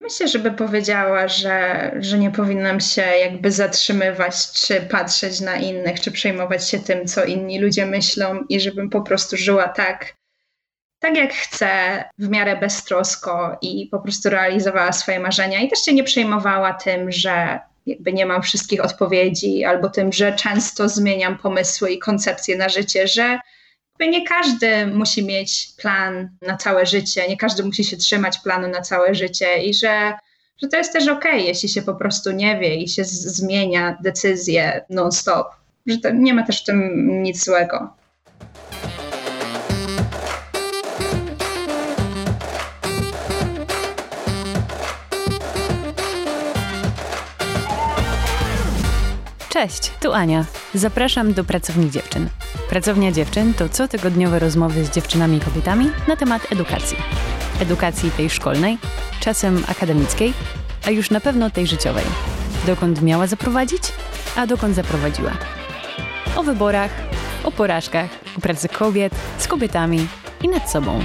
Myślę, żeby powiedziała, że nie powinnam się jakby zatrzymywać, czy patrzeć na innych, czy przejmować się tym, co inni ludzie myślą i żebym po prostu żyła tak jak chcę, w miarę beztrosko i po prostu realizowała swoje marzenia i też się nie przejmowała tym, że jakby nie mam wszystkich odpowiedzi albo tym, że często zmieniam pomysły i koncepcje na życie, że jakby nie każdy musi mieć plan na całe życie, nie każdy musi się trzymać planu na całe życie i że to jest też okej, jeśli się po prostu nie wie i się zmienia decyzje non-stop, że to nie ma też w tym nic złego. Cześć, tu Ania. Zapraszam do Pracowni Dziewczyn. Pracownia Dziewczyn to cotygodniowe rozmowy z dziewczynami i kobietami na temat edukacji. Edukacji tej szkolnej, czasem akademickiej, a już na pewno tej życiowej. Dokąd miała zaprowadzić, a dokąd zaprowadziła. O wyborach, o porażkach, o pracy kobiet, z kobietami i nad sobą.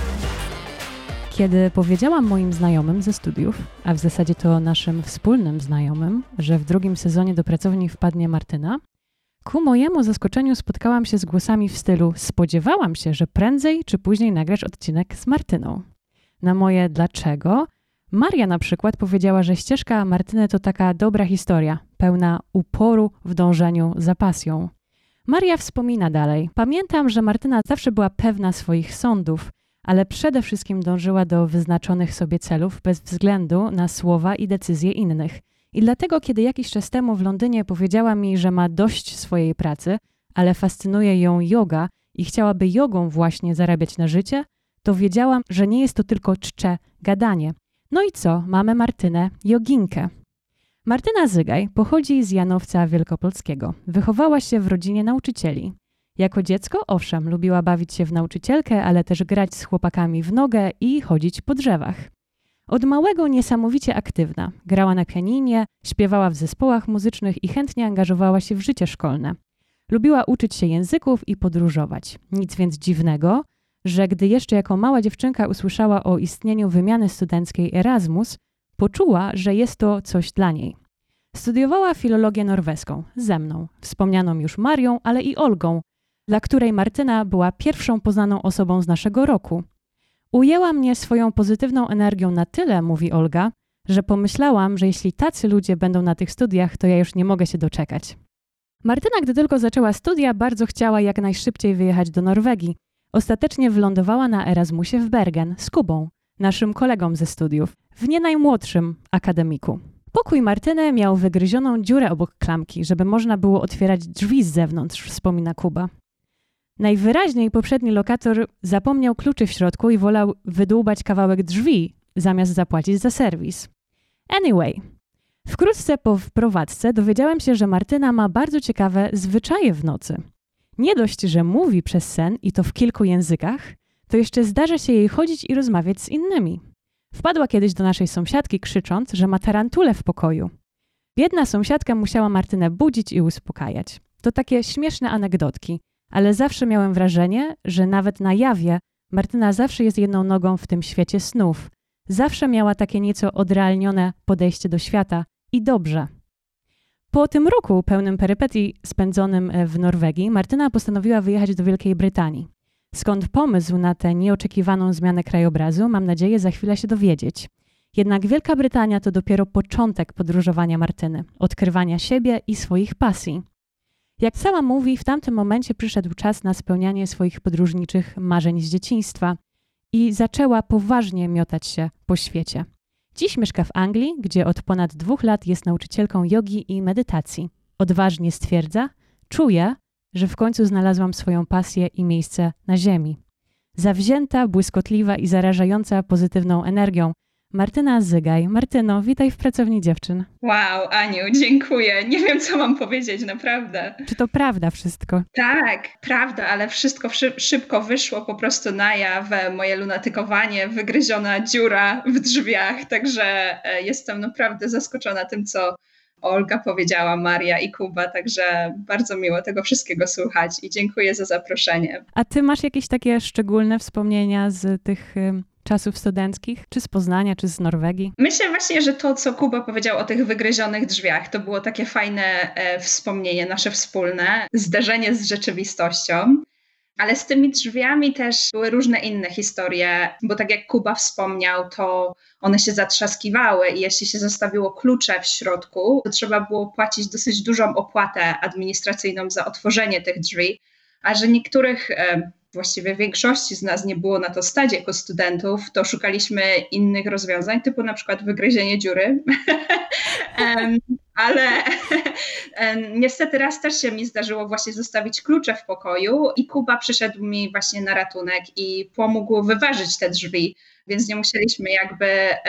Kiedy powiedziałam moim znajomym ze studiów, a w zasadzie to naszym wspólnym znajomym, że w drugim sezonie do pracowni wpadnie Martyna, ku mojemu zaskoczeniu spotkałam się z głosami w stylu: spodziewałam się, że prędzej czy później nagrasz odcinek z Martyną. Na moje dlaczego, Maria na przykład powiedziała, że ścieżka Martyny to taka dobra historia, pełna uporu w dążeniu za pasją. Maria wspomina dalej: pamiętam, że Martyna zawsze była pewna swoich sądów, ale przede wszystkim dążyła do wyznaczonych sobie celów bez względu na słowa i decyzje innych. I dlatego, kiedy jakiś czas temu w Londynie powiedziała mi, że ma dość swojej pracy, ale fascynuje ją joga i chciałaby jogą właśnie zarabiać na życie, to wiedziałam, że nie jest to tylko czcze gadanie. No i co? Mamy Martynę, joginkę. Martyna Zygaj pochodzi z Janowca Wielkopolskiego. Wychowała się w rodzinie nauczycieli. Jako dziecko, owszem, lubiła bawić się w nauczycielkę, ale też grać z chłopakami w nogę i chodzić po drzewach. Od małego niesamowicie aktywna. Grała na pianinie, śpiewała w zespołach muzycznych i chętnie angażowała się w życie szkolne. Lubiła uczyć się języków i podróżować. Nic więc dziwnego, że gdy jeszcze jako mała dziewczynka usłyszała o istnieniu wymiany studenckiej Erasmus, poczuła, że jest to coś dla niej. Studiowała filologię norweską ze mną, wspomnianą już Marią, ale i Olgą, dla której Martyna była pierwszą poznaną osobą z naszego roku. Ujęła mnie swoją pozytywną energią na tyle, mówi Olga, że pomyślałam, że jeśli tacy ludzie będą na tych studiach, to ja już nie mogę się doczekać. Martyna, gdy tylko zaczęła studia, bardzo chciała jak najszybciej wyjechać do Norwegii. Ostatecznie wylądowała na Erasmusie w Bergen z Kubą, naszym kolegą ze studiów, w nie najmłodszym akademiku. Pokój Martyny miał wygryzioną dziurę obok klamki, żeby można było otwierać drzwi z zewnątrz, wspomina Kuba. Najwyraźniej poprzedni lokator zapomniał kluczy w środku i wolał wydłubać kawałek drzwi, zamiast zapłacić za serwis. Anyway, wkrótce po wprowadzce dowiedziałem się, że Martyna ma bardzo ciekawe zwyczaje w nocy. Nie dość, że mówi przez sen i to w kilku językach, to jeszcze zdarza się jej chodzić i rozmawiać z innymi. Wpadła kiedyś do naszej sąsiadki krzycząc, że ma tarantulę w pokoju. Biedna sąsiadka musiała Martynę budzić i uspokajać. To takie śmieszne anegdotki, ale zawsze miałem wrażenie, że nawet na jawie Martyna zawsze jest jedną nogą w tym świecie snów. Zawsze miała takie nieco odrealnione podejście do świata i dobrze. Po tym roku pełnym perypetii spędzonym w Norwegii, Martyna postanowiła wyjechać do Wielkiej Brytanii. Skąd pomysł na tę nieoczekiwaną zmianę krajobrazu, mam nadzieję za chwilę się dowiedzieć. Jednak Wielka Brytania to dopiero początek podróżowania Martyny, odkrywania siebie i swoich pasji. Jak sama mówi, w tamtym momencie przyszedł czas na spełnianie swoich podróżniczych marzeń z dzieciństwa i zaczęła poważnie miotać się po świecie. Dziś mieszka w Anglii, gdzie od ponad 2 lat jest nauczycielką jogi i medytacji. Odważnie stwierdza: czuję, że w końcu znalazłam swoją pasję i miejsce na ziemi. Zawzięta, błyskotliwa i zarażająca pozytywną energią, Martyna Zygaj. Martyno, witaj w Pracowni Dziewczyn. Wow, Aniu, dziękuję. Nie wiem, co mam powiedzieć, naprawdę. Czy to prawda wszystko? Tak, prawda, ale wszystko szybko wyszło po prostu na jaw. Moje lunatykowanie, wygryziona dziura w drzwiach, także jestem naprawdę zaskoczona tym, co Olga powiedziała, Maria i Kuba, także bardzo miło tego wszystkiego słuchać i dziękuję za zaproszenie. A ty masz jakieś takie szczególne wspomnienia z tych czasów studenckich? Czy z Poznania, czy z Norwegii? Myślę właśnie, że to, co Kuba powiedział o tych wygryzionych drzwiach, to było takie fajne wspomnienie nasze wspólne, zderzenie z rzeczywistością. Ale z tymi drzwiami też były różne inne historie, bo tak jak Kuba wspomniał, to one się zatrzaskiwały i jeśli się zostawiło klucze w środku, to trzeba było płacić dosyć dużą opłatę administracyjną za otworzenie tych drzwi, a że niektórych, właściwie większości z nas nie było na to stać jako studentów, to szukaliśmy innych rozwiązań, typu na przykład wygryzienie dziury. Ale niestety raz też się mi zdarzyło właśnie zostawić klucze w pokoju i Kuba przyszedł mi właśnie na ratunek i pomógł wyważyć te drzwi, więc nie musieliśmy jakby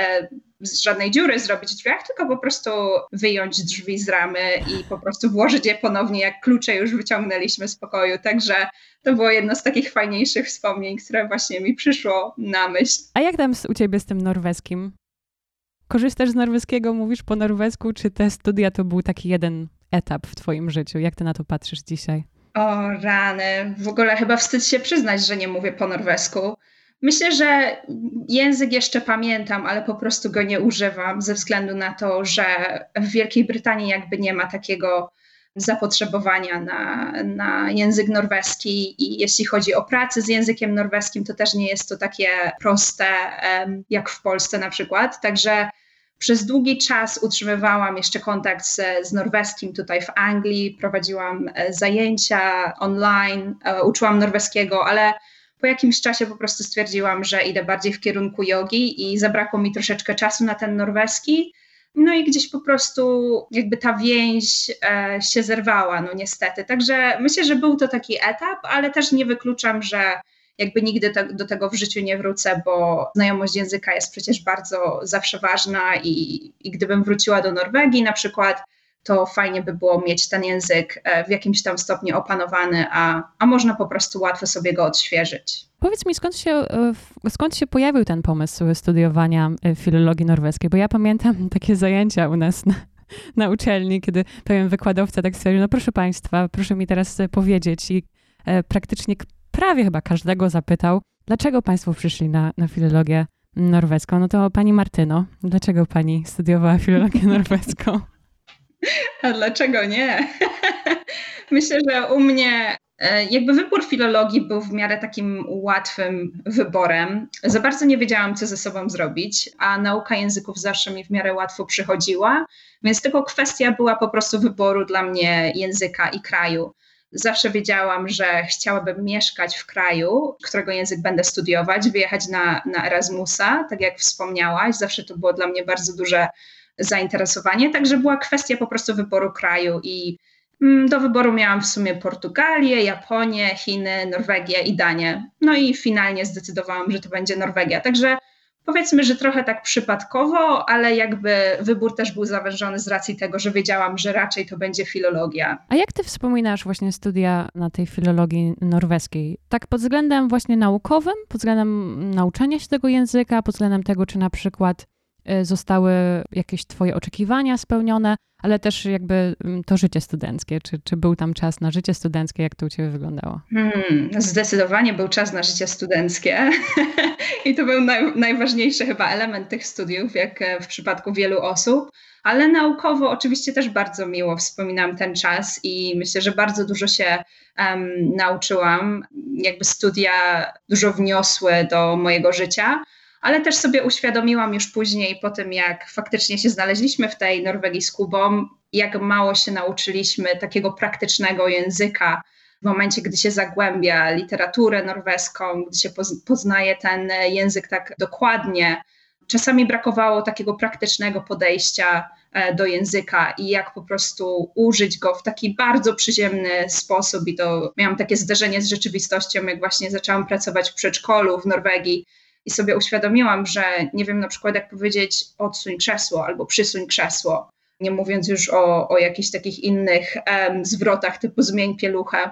żadnej dziury zrobić w drzwiach, tylko po prostu wyjąć drzwi z ramy i po prostu włożyć je ponownie, jak klucze już wyciągnęliśmy z pokoju. Także to było jedno z takich fajniejszych wspomnień, które właśnie mi przyszło na myśl. A jak tam u ciebie z tym norweskim? Korzystasz z norweskiego, mówisz po norwesku, czy te studia to był taki jeden etap w twoim życiu? Jak ty na to patrzysz dzisiaj? O rany, w ogóle chyba wstyd się przyznać, że nie mówię po norwesku. Myślę, że język jeszcze pamiętam, ale po prostu go nie używam ze względu na to, że w Wielkiej Brytanii jakby nie ma takiego zapotrzebowania na język norweski i jeśli chodzi o pracę z językiem norweskim, to też nie jest to takie proste jak w Polsce na przykład. Także przez długi czas utrzymywałam jeszcze kontakt z norweskim tutaj w Anglii, prowadziłam zajęcia online, uczyłam norweskiego, ale po jakimś czasie po prostu stwierdziłam, że idę bardziej w kierunku jogi i zabrakło mi troszeczkę czasu na ten norweski. No i gdzieś po prostu jakby ta więź się zerwała, no niestety. Także myślę, że był to taki etap, ale też nie wykluczam, że jakby nigdy do tego w życiu nie wrócę, bo znajomość języka jest przecież bardzo zawsze ważna i gdybym wróciła do Norwegii na przykład, to fajnie by było mieć ten język w jakimś tam stopniu opanowany, a można po prostu łatwo sobie go odświeżyć. Powiedz mi, skąd się pojawił ten pomysł studiowania filologii norweskiej? Bo ja pamiętam takie zajęcia u nas na uczelni, kiedy pewien wykładowca tak stwierdził, no proszę państwa, proszę mi teraz powiedzieć i praktycznie prawie chyba każdego zapytał, dlaczego państwo przyszli na filologię norweską? No to pani Martyno, dlaczego pani studiowała filologię norweską? A dlaczego nie? Myślę, że u mnie jakby wybór filologii był w miarę takim łatwym wyborem. Za bardzo nie wiedziałam, co ze sobą zrobić, a nauka języków zawsze mi w miarę łatwo przychodziła, więc tylko kwestia była po prostu wyboru dla mnie języka i kraju. Zawsze wiedziałam, że chciałabym mieszkać w kraju, którego język będę studiować, wyjechać na Erasmusa, tak jak wspomniałaś. Zawsze to było dla mnie bardzo duże zainteresowanie, także była kwestia po prostu wyboru kraju i do wyboru miałam w sumie Portugalię, Japonię, Chiny, Norwegię i Danię. No i finalnie zdecydowałam, że to będzie Norwegia. Także powiedzmy, że trochę tak przypadkowo, ale jakby wybór też był zawężony z racji tego, że wiedziałam, że raczej to będzie filologia. A jak ty wspominasz właśnie studia na tej filologii norweskiej? Tak pod względem właśnie naukowym, pod względem nauczania się tego języka, pod względem tego, czy na przykład zostały jakieś twoje oczekiwania spełnione, ale też jakby to życie studenckie. Czy był tam czas na życie studenckie? Jak to u ciebie wyglądało? Zdecydowanie był czas na życie studenckie i to był najważniejszy chyba element tych studiów, jak w przypadku wielu osób, ale naukowo oczywiście też bardzo miło wspominam ten czas i myślę, że bardzo dużo się nauczyłam. Jakby studia dużo wniosły do mojego życia, ale też sobie uświadomiłam już później po tym, jak faktycznie się znaleźliśmy w tej Norwegii z Kubą, jak mało się nauczyliśmy takiego praktycznego języka w momencie, gdy się zagłębia literaturę norweską, gdy się poznaje ten język tak dokładnie. Czasami brakowało takiego praktycznego podejścia do języka i jak po prostu użyć go w taki bardzo przyziemny sposób i to miałam takie zderzenie z rzeczywistością, jak właśnie zaczęłam pracować w przedszkolu w Norwegii, i sobie uświadomiłam, że nie wiem na przykład jak powiedzieć odsuń krzesło albo przysuń krzesło, nie mówiąc już o jakichś takich innych zwrotach typu zmień pieluchę.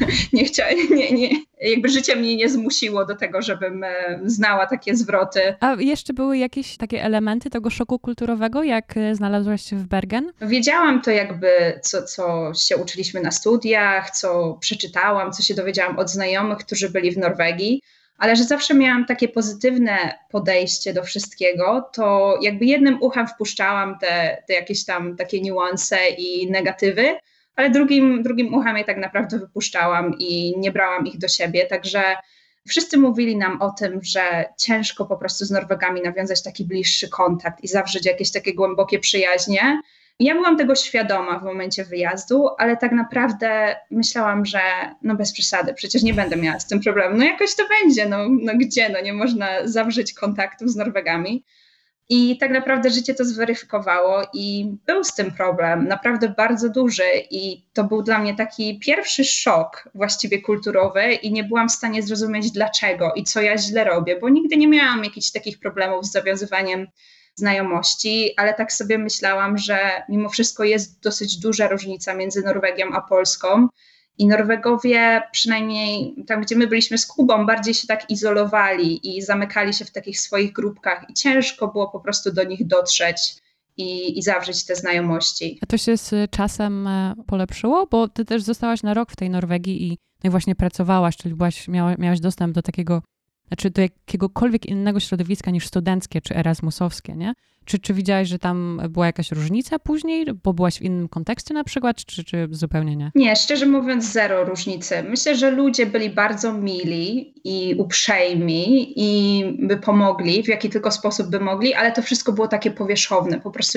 Jakby życie mnie nie zmusiło do tego, żebym znała takie zwroty. A jeszcze były jakieś takie elementy tego szoku kulturowego, jak znalazłaś się w Bergen? Wiedziałam to jakby, co się uczyliśmy na studiach, co przeczytałam, co się dowiedziałam od znajomych, którzy byli w Norwegii, ale że zawsze miałam takie pozytywne podejście do wszystkiego, to jakby jednym uchem wpuszczałam te jakieś tam takie niuanse i negatywy, ale drugim uchem je tak naprawdę wypuszczałam i nie brałam ich do siebie, także wszyscy mówili nam o tym, że ciężko po prostu z Norwegami nawiązać taki bliższy kontakt i zawrzeć jakieś takie głębokie przyjaźnie. Ja byłam tego świadoma w momencie wyjazdu, ale tak naprawdę myślałam, że no bez przesady, przecież nie będę miała z tym problemu. No jakoś to będzie, no gdzie, no nie można zawrzeć kontaktów z Norwegami. I tak naprawdę życie to zweryfikowało i był z tym problem, naprawdę bardzo duży i to był dla mnie taki pierwszy szok właściwie kulturowy i nie byłam w stanie zrozumieć dlaczego i co ja źle robię, bo nigdy nie miałam jakichś takich problemów z zawiązywaniem znajomości, ale tak sobie myślałam, że mimo wszystko jest dosyć duża różnica między Norwegią a Polską. I Norwegowie, przynajmniej tam, gdzie my byliśmy z Kubą, bardziej się tak izolowali i zamykali się w takich swoich grupkach i ciężko było po prostu do nich dotrzeć i zawrzeć te znajomości. A to się z czasem polepszyło? Bo ty też zostałaś na rok w tej Norwegii i właśnie pracowałaś, czyli miałaś dostęp do takiego, znaczy do jakiegokolwiek innego środowiska niż studenckie czy erasmusowskie, nie? Czy widziałaś, że tam była jakaś różnica później, bo byłaś w innym kontekście na przykład, czy zupełnie nie? Nie, szczerze mówiąc zero różnicy. Myślę, że ludzie byli bardzo mili i uprzejmi i by pomogli, w jaki tylko sposób by mogli, ale to wszystko było takie powierzchowne, po prostu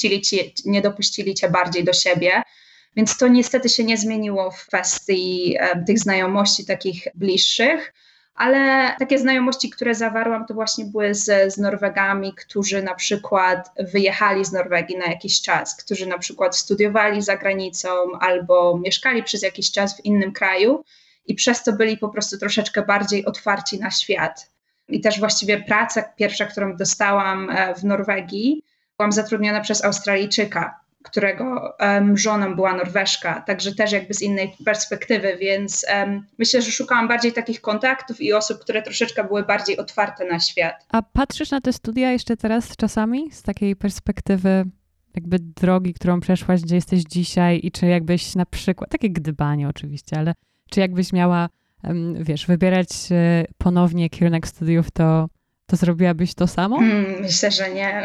nie dopuścili cię bardziej do siebie. Więc to niestety się nie zmieniło w kwestii tych znajomości takich bliższych. Ale takie znajomości, które zawarłam, to właśnie były z Norwegami, którzy na przykład wyjechali z Norwegii na jakiś czas, którzy na przykład studiowali za granicą albo mieszkali przez jakiś czas w innym kraju i przez to byli po prostu troszeczkę bardziej otwarci na świat. I też właściwie praca pierwsza, którą dostałam w Norwegii, byłam zatrudniona przez Australijczyka, którego żoną była Norweżka, także też jakby z innej perspektywy, więc myślę, że szukałam bardziej takich kontaktów i osób, które troszeczkę były bardziej otwarte na świat. A patrzysz na te studia jeszcze teraz czasami z takiej perspektywy jakby drogi, którą przeszłaś, gdzie jesteś dzisiaj i czy jakbyś na przykład, takie gdybanie oczywiście, ale czy jakbyś miała, wybierać ponownie kierunek studiów, to zrobiłabyś to samo? Myślę, że nie.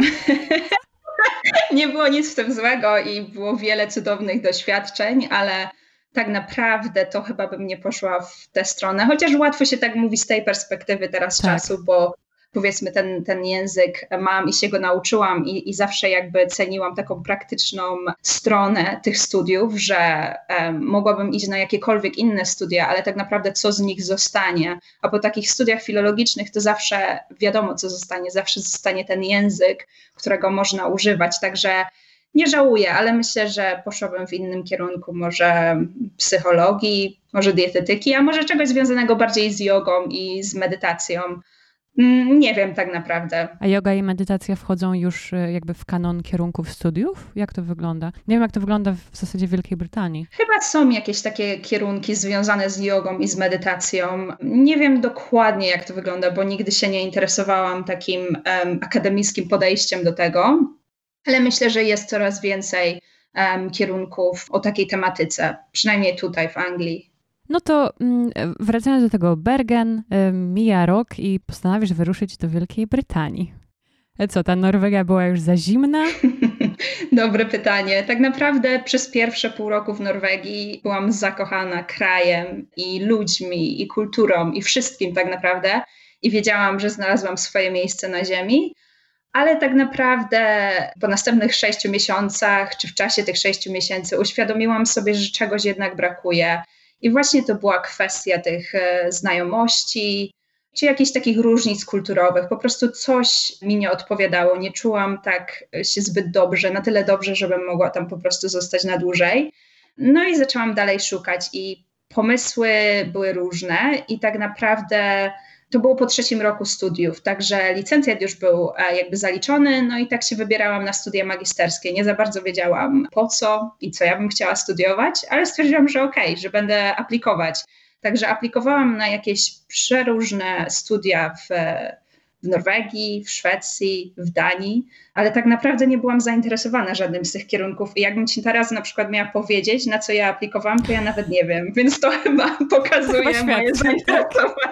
Nie było nic w tym złego i było wiele cudownych doświadczeń, ale tak naprawdę to chyba bym nie poszła w tę stronę, chociaż łatwo się tak mówi z tej perspektywy teraz czasu, bo powiedzmy ten język mam i się go nauczyłam i zawsze jakby ceniłam taką praktyczną stronę tych studiów, że mogłabym iść na jakiekolwiek inne studia, ale tak naprawdę co z nich zostanie, a po takich studiach filologicznych to zawsze wiadomo co zostanie, zawsze zostanie ten język, którego można używać, także nie żałuję, ale myślę, że poszłabym w innym kierunku, może psychologii, może dietetyki, a może czegoś związanego bardziej z jogą i z medytacją. Nie wiem tak naprawdę. A joga i medytacja wchodzą już jakby w kanon kierunków studiów? Jak to wygląda? Nie wiem, jak to wygląda w zasadzie w Wielkiej Brytanii. Chyba są jakieś takie kierunki związane z jogą i z medytacją. Nie wiem dokładnie, jak to wygląda, bo nigdy się nie interesowałam takim akademickim podejściem do tego, ale myślę, że jest coraz więcej kierunków o takiej tematyce, przynajmniej tutaj w Anglii. No to wracając do tego, Bergen, mija rok i postanowisz wyruszyć do Wielkiej Brytanii. Co, ta Norwegia była już za zimna? Dobre pytanie. Tak naprawdę przez pierwsze pół roku w Norwegii byłam zakochana krajem i ludźmi i kulturą i wszystkim tak naprawdę i wiedziałam, że znalazłam swoje miejsce na ziemi. Ale tak naprawdę po następnych 6 miesiącach, czy w czasie tych 6 miesięcy uświadomiłam sobie, że czegoś jednak brakuje. I właśnie to była kwestia tych znajomości, czy jakichś takich różnic kulturowych. Po prostu coś mi nie odpowiadało. Nie czułam tak się zbyt dobrze, na tyle dobrze, żebym mogła tam po prostu zostać na dłużej. No i zaczęłam dalej szukać i pomysły były różne i tak naprawdę to było po 3. roku studiów, także licencjat już był jakby zaliczony, no i tak się wybierałam na studia magisterskie. Nie za bardzo wiedziałam po co i co ja bym chciała studiować, ale stwierdziłam, że okej, że będę aplikować. Także aplikowałam na jakieś przeróżne studia w Norwegii, w Szwecji, w Danii, ale tak naprawdę nie byłam zainteresowana żadnym z tych kierunków i jakbym ci teraz na przykład miała powiedzieć, na co ja aplikowałam, to ja nawet nie wiem, więc to chyba pokazuje moje zainteresowanie.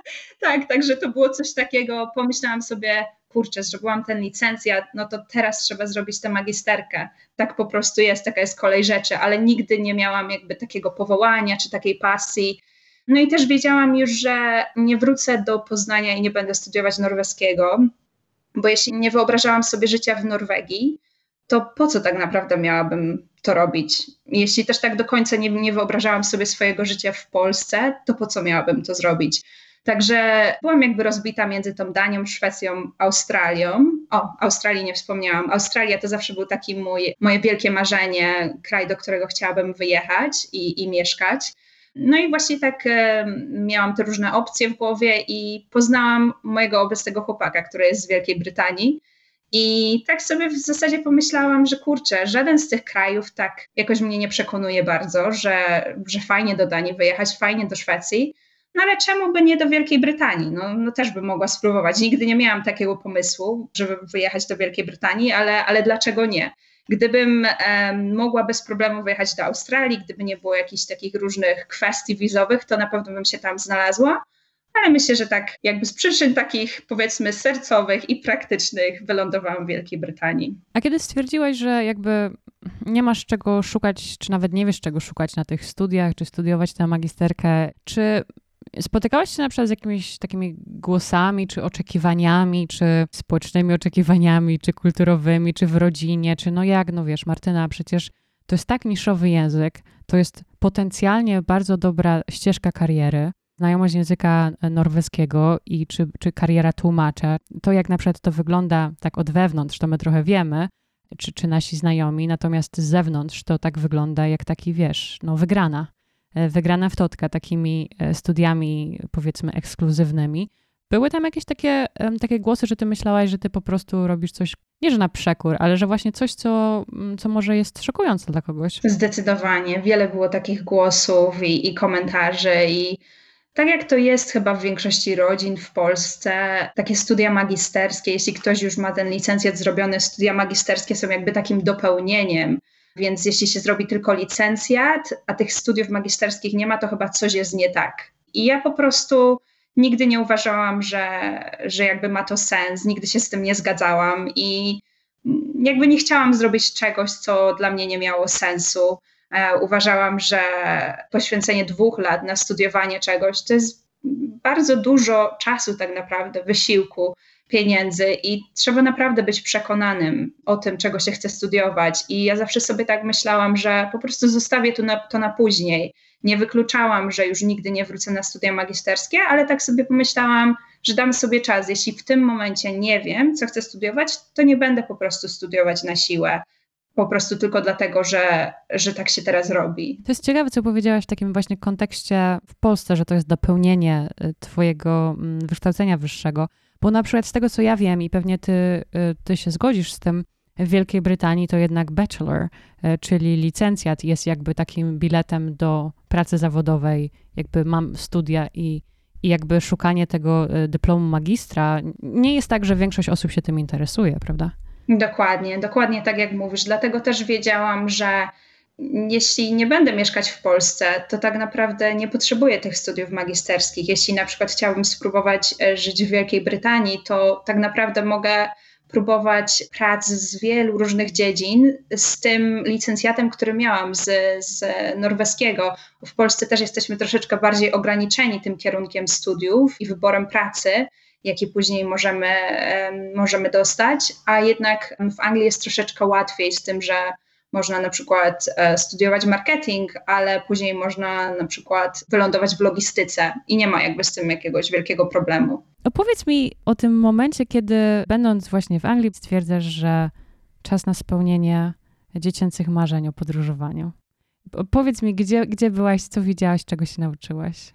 Tak, także to było coś takiego, pomyślałam sobie, kurczę, zrobiłam ten licencjat, no to teraz trzeba zrobić tę magisterkę. Tak po prostu jest, taka jest kolej rzeczy, ale nigdy nie miałam jakby takiego powołania czy takiej pasji. No i też wiedziałam już, że nie wrócę do Poznania i nie będę studiować norweskiego, bo jeśli nie wyobrażałam sobie życia w Norwegii, to po co tak naprawdę miałabym to robić? Jeśli też tak do końca nie wyobrażałam sobie swojego życia w Polsce, to po co miałabym to zrobić? Także byłam jakby rozbita między tą Danią, Szwecją, Australią. O, Australii nie wspomniałam. Australia to zawsze był taki moje wielkie marzenie, kraj, do którego chciałabym wyjechać i mieszkać. No i właśnie tak miałam te różne opcje w głowie i poznałam mojego obecnego chłopaka, który jest z Wielkiej Brytanii. I tak sobie w zasadzie pomyślałam, że kurczę, żaden z tych krajów tak jakoś mnie nie przekonuje bardzo, że fajnie do Danii wyjechać, fajnie do Szwecji. No ale czemu by nie do Wielkiej Brytanii? No też bym mogła spróbować. Nigdy nie miałam takiego pomysłu, żeby wyjechać do Wielkiej Brytanii, ale dlaczego nie? Gdybym mogła bez problemu wyjechać do Australii, gdyby nie było jakichś takich różnych kwestii wizowych, to na pewno bym się tam znalazła. Ale myślę, że tak jakby z przyczyn takich powiedzmy sercowych i praktycznych wylądowałam w Wielkiej Brytanii. A kiedy stwierdziłaś, że jakby nie masz czego szukać, czy nawet nie wiesz czego szukać na tych studiach, czy studiować tę magisterkę, czy spotykałaś się na przykład z jakimiś takimi głosami, czy oczekiwaniami, czy społecznymi oczekiwaniami, czy kulturowymi, czy w rodzinie, czy no jak, no wiesz, Martyna, przecież to jest tak niszowy język, to jest potencjalnie bardzo dobra ścieżka kariery, znajomość języka norweskiego i czy kariera tłumacza, to jak na przykład to wygląda tak od wewnątrz, to my trochę wiemy, czy nasi znajomi, natomiast z zewnątrz to tak wygląda jak taki, wiesz, no wygrana w totka takimi studiami, powiedzmy, ekskluzywnymi. Były tam jakieś takie głosy, że ty myślałaś, że ty po prostu robisz coś, nie że na przekór, ale że właśnie coś, co może jest szokujące dla kogoś? Zdecydowanie. Wiele było takich głosów i komentarzy i tak jak to jest chyba w większości rodzin w Polsce, takie studia magisterskie, jeśli ktoś już ma ten licencjat zrobiony, studia magisterskie są jakby takim dopełnieniem. Więc jeśli się zrobi tylko licencjat, a tych studiów magisterskich nie ma, to chyba coś jest nie tak. I ja po prostu nigdy nie uważałam, że jakby ma to sens, nigdy się z tym nie zgadzałam i jakby nie chciałam zrobić czegoś, co dla mnie nie miało sensu. Uważałam, że poświęcenie 2 lat na studiowanie czegoś to jest bardzo dużo czasu tak naprawdę, wysiłku, pieniędzy i trzeba naprawdę być przekonanym o tym, czego się chce studiować. I ja zawsze sobie tak myślałam, że po prostu zostawię to na później. Nie wykluczałam, że już nigdy nie wrócę na studia magisterskie, ale tak sobie pomyślałam, że dam sobie czas. Jeśli w tym momencie nie wiem, co chcę studiować, to nie będę po prostu studiować na siłę. Po prostu tylko dlatego, że tak się teraz robi. To jest ciekawe, co powiedziałaś w takim właśnie kontekście w Polsce, że to jest dopełnienie twojego wykształcenia wyższego. Bo na przykład z tego, co ja wiem i pewnie ty się zgodzisz z tym, w Wielkiej Brytanii to jednak bachelor, czyli licencjat jest jakby takim biletem do pracy zawodowej, jakby mam studia i jakby szukanie tego dyplomu magistra. Nie jest tak, że większość osób się tym interesuje, prawda? Dokładnie tak jak mówisz. Dlatego też wiedziałam, że jeśli nie będę mieszkać w Polsce, to tak naprawdę nie potrzebuję tych studiów magisterskich. Jeśli na przykład chciałabym spróbować żyć w Wielkiej Brytanii, to tak naprawdę mogę próbować prac z wielu różnych dziedzin z tym licencjatem, który miałam z norweskiego. W Polsce też jesteśmy troszeczkę bardziej ograniczeni tym kierunkiem studiów i wyborem pracy, jaki później możemy dostać, a jednak w Anglii jest troszeczkę łatwiej z tym, że można na przykład studiować marketing, ale później można na przykład wylądować w logistyce i nie ma jakby z tym jakiegoś wielkiego problemu. Opowiedz mi o tym momencie, kiedy będąc właśnie w Anglii stwierdzasz, że czas na spełnienie dziecięcych marzeń o podróżowaniu. Powiedz mi, gdzie byłaś, co widziałaś, czego się nauczyłaś?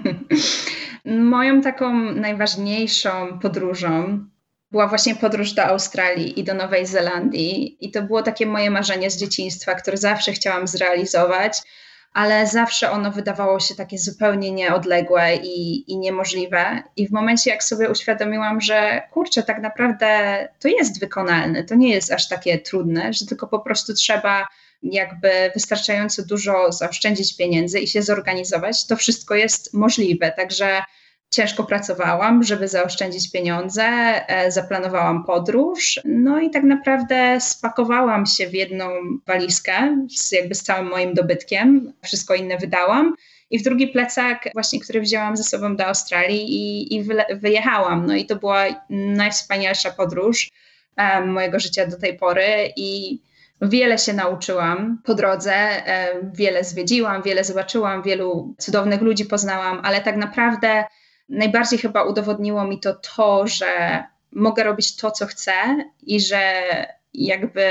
Moją taką najważniejszą podróżą była właśnie podróż do Australii i do Nowej Zelandii i to było takie moje marzenie z dzieciństwa, które zawsze chciałam zrealizować, ale zawsze ono wydawało się takie zupełnie nieodległe i niemożliwe. I w momencie, jak sobie uświadomiłam, że kurczę, tak naprawdę to jest wykonalne, to nie jest aż takie trudne, że tylko po prostu trzeba jakby wystarczająco dużo zaoszczędzić pieniędzy i się zorganizować, to wszystko jest możliwe. Także ciężko pracowałam, żeby zaoszczędzić pieniądze, zaplanowałam podróż, no i tak naprawdę spakowałam się w jedną walizkę z całym moim dobytkiem, wszystko inne wydałam i w drugi plecak właśnie, który wzięłam ze sobą do Australii i wyjechałam. No i to była najwspanialsza podróż mojego życia do tej pory i wiele się nauczyłam po drodze, wiele zwiedziłam, wiele zobaczyłam, wielu cudownych ludzi poznałam, ale tak naprawdę najbardziej chyba udowodniło mi to, że mogę robić to, co chcę i że jakby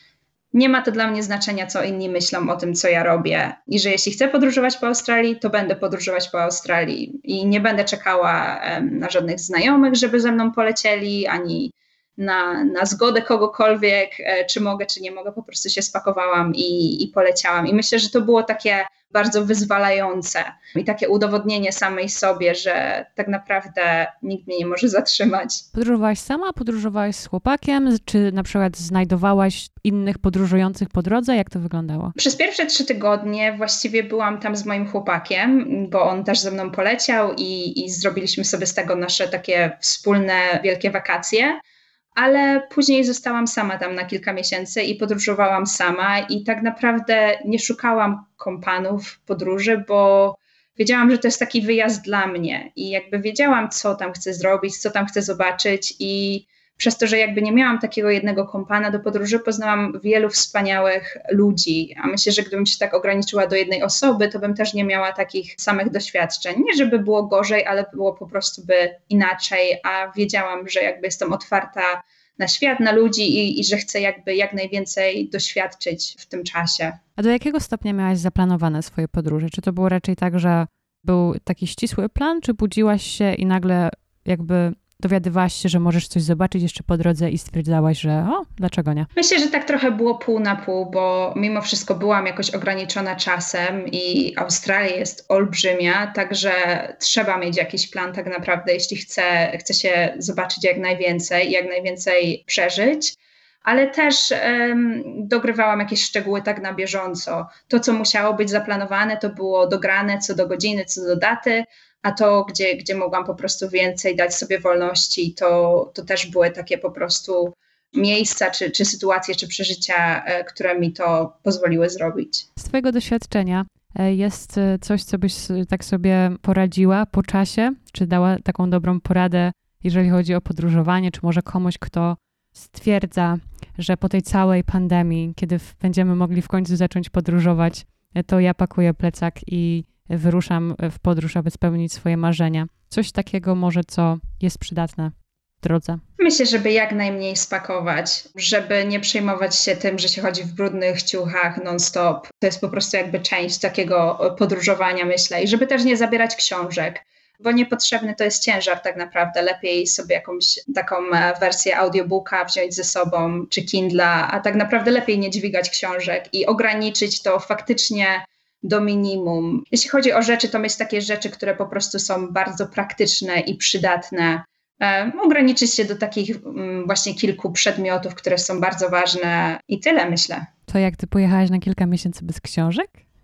nie ma to dla mnie znaczenia, co inni myślą o tym, co ja robię. I że jeśli chcę podróżować po Australii, to będę podróżować po Australii i nie będę czekała na żadnych znajomych, żeby ze mną polecieli, ani na zgodę kogokolwiek, czy mogę, czy nie mogę, po prostu się spakowałam i poleciałam. I myślę, że to było takie bardzo wyzwalające i takie udowodnienie samej sobie, że tak naprawdę nikt mnie nie może zatrzymać. Podróżowałaś sama, podróżowałaś z chłopakiem, czy na przykład znajdowałaś innych podróżujących po drodze? Jak to wyglądało? Przez pierwsze 3 tygodnie właściwie byłam tam z moim chłopakiem, bo on też ze mną poleciał i zrobiliśmy sobie z tego nasze takie wspólne wielkie wakacje. Ale później zostałam sama tam na kilka miesięcy i podróżowałam sama i tak naprawdę nie szukałam kompanów podróży, bo wiedziałam, że to jest taki wyjazd dla mnie i jakby wiedziałam, co tam chcę zrobić, co tam chcę zobaczyć i przez to, że jakby nie miałam takiego jednego kompana do podróży, poznałam wielu wspaniałych ludzi, a myślę, że gdybym się tak ograniczyła do jednej osoby, to bym też nie miała takich samych doświadczeń. Nie, żeby było gorzej, ale było po prostu by inaczej, a wiedziałam, że jakby jestem otwarta na świat, na ludzi i że chcę jakby jak najwięcej doświadczyć w tym czasie. A do jakiego stopnia miałaś zaplanowane swoje podróże? Czy to było raczej tak, że był taki ścisły plan, czy budziłaś się i nagle jakby dowiadywałaś się, że możesz coś zobaczyć jeszcze po drodze i stwierdzałaś, że dlaczego nie? Myślę, że tak trochę było pół na pół, bo mimo wszystko byłam jakoś ograniczona czasem i Australia jest olbrzymia, także trzeba mieć jakiś plan tak naprawdę, jeśli chce się zobaczyć jak najwięcej przeżyć. Ale też dogrywałam jakieś szczegóły tak na bieżąco. To, co musiało być zaplanowane, to było dograne co do godziny, co do daty, a to, gdzie mogłam po prostu więcej dać sobie wolności, to też były takie po prostu miejsca, czy sytuacje, czy przeżycia, które mi to pozwoliły zrobić. Z twojego doświadczenia jest coś, co byś tak sobie poradziła po czasie? Czy dała taką dobrą poradę, jeżeli chodzi o podróżowanie, czy może komuś, kto stwierdza, że po tej całej pandemii, kiedy będziemy mogli w końcu zacząć podróżować, to ja pakuję plecak i wyruszam w podróż, aby spełnić swoje marzenia. Coś takiego może, co jest przydatne w drodze. Myślę, żeby jak najmniej spakować, żeby nie przejmować się tym, że się chodzi w brudnych ciuchach non-stop. To jest po prostu jakby część takiego podróżowania, myślę. I żeby też nie zabierać książek, bo niepotrzebny to jest ciężar tak naprawdę. Lepiej sobie jakąś taką wersję audiobooka wziąć ze sobą, czy Kindla, a tak naprawdę lepiej nie dźwigać książek i ograniczyć to faktycznie do minimum. Jeśli chodzi o rzeczy, to mieć takie rzeczy, które po prostu są bardzo praktyczne i przydatne. Ograniczyć się do takich właśnie kilku przedmiotów, które są bardzo ważne i tyle, myślę. To jak ty pojechałaś na kilka miesięcy bez książek?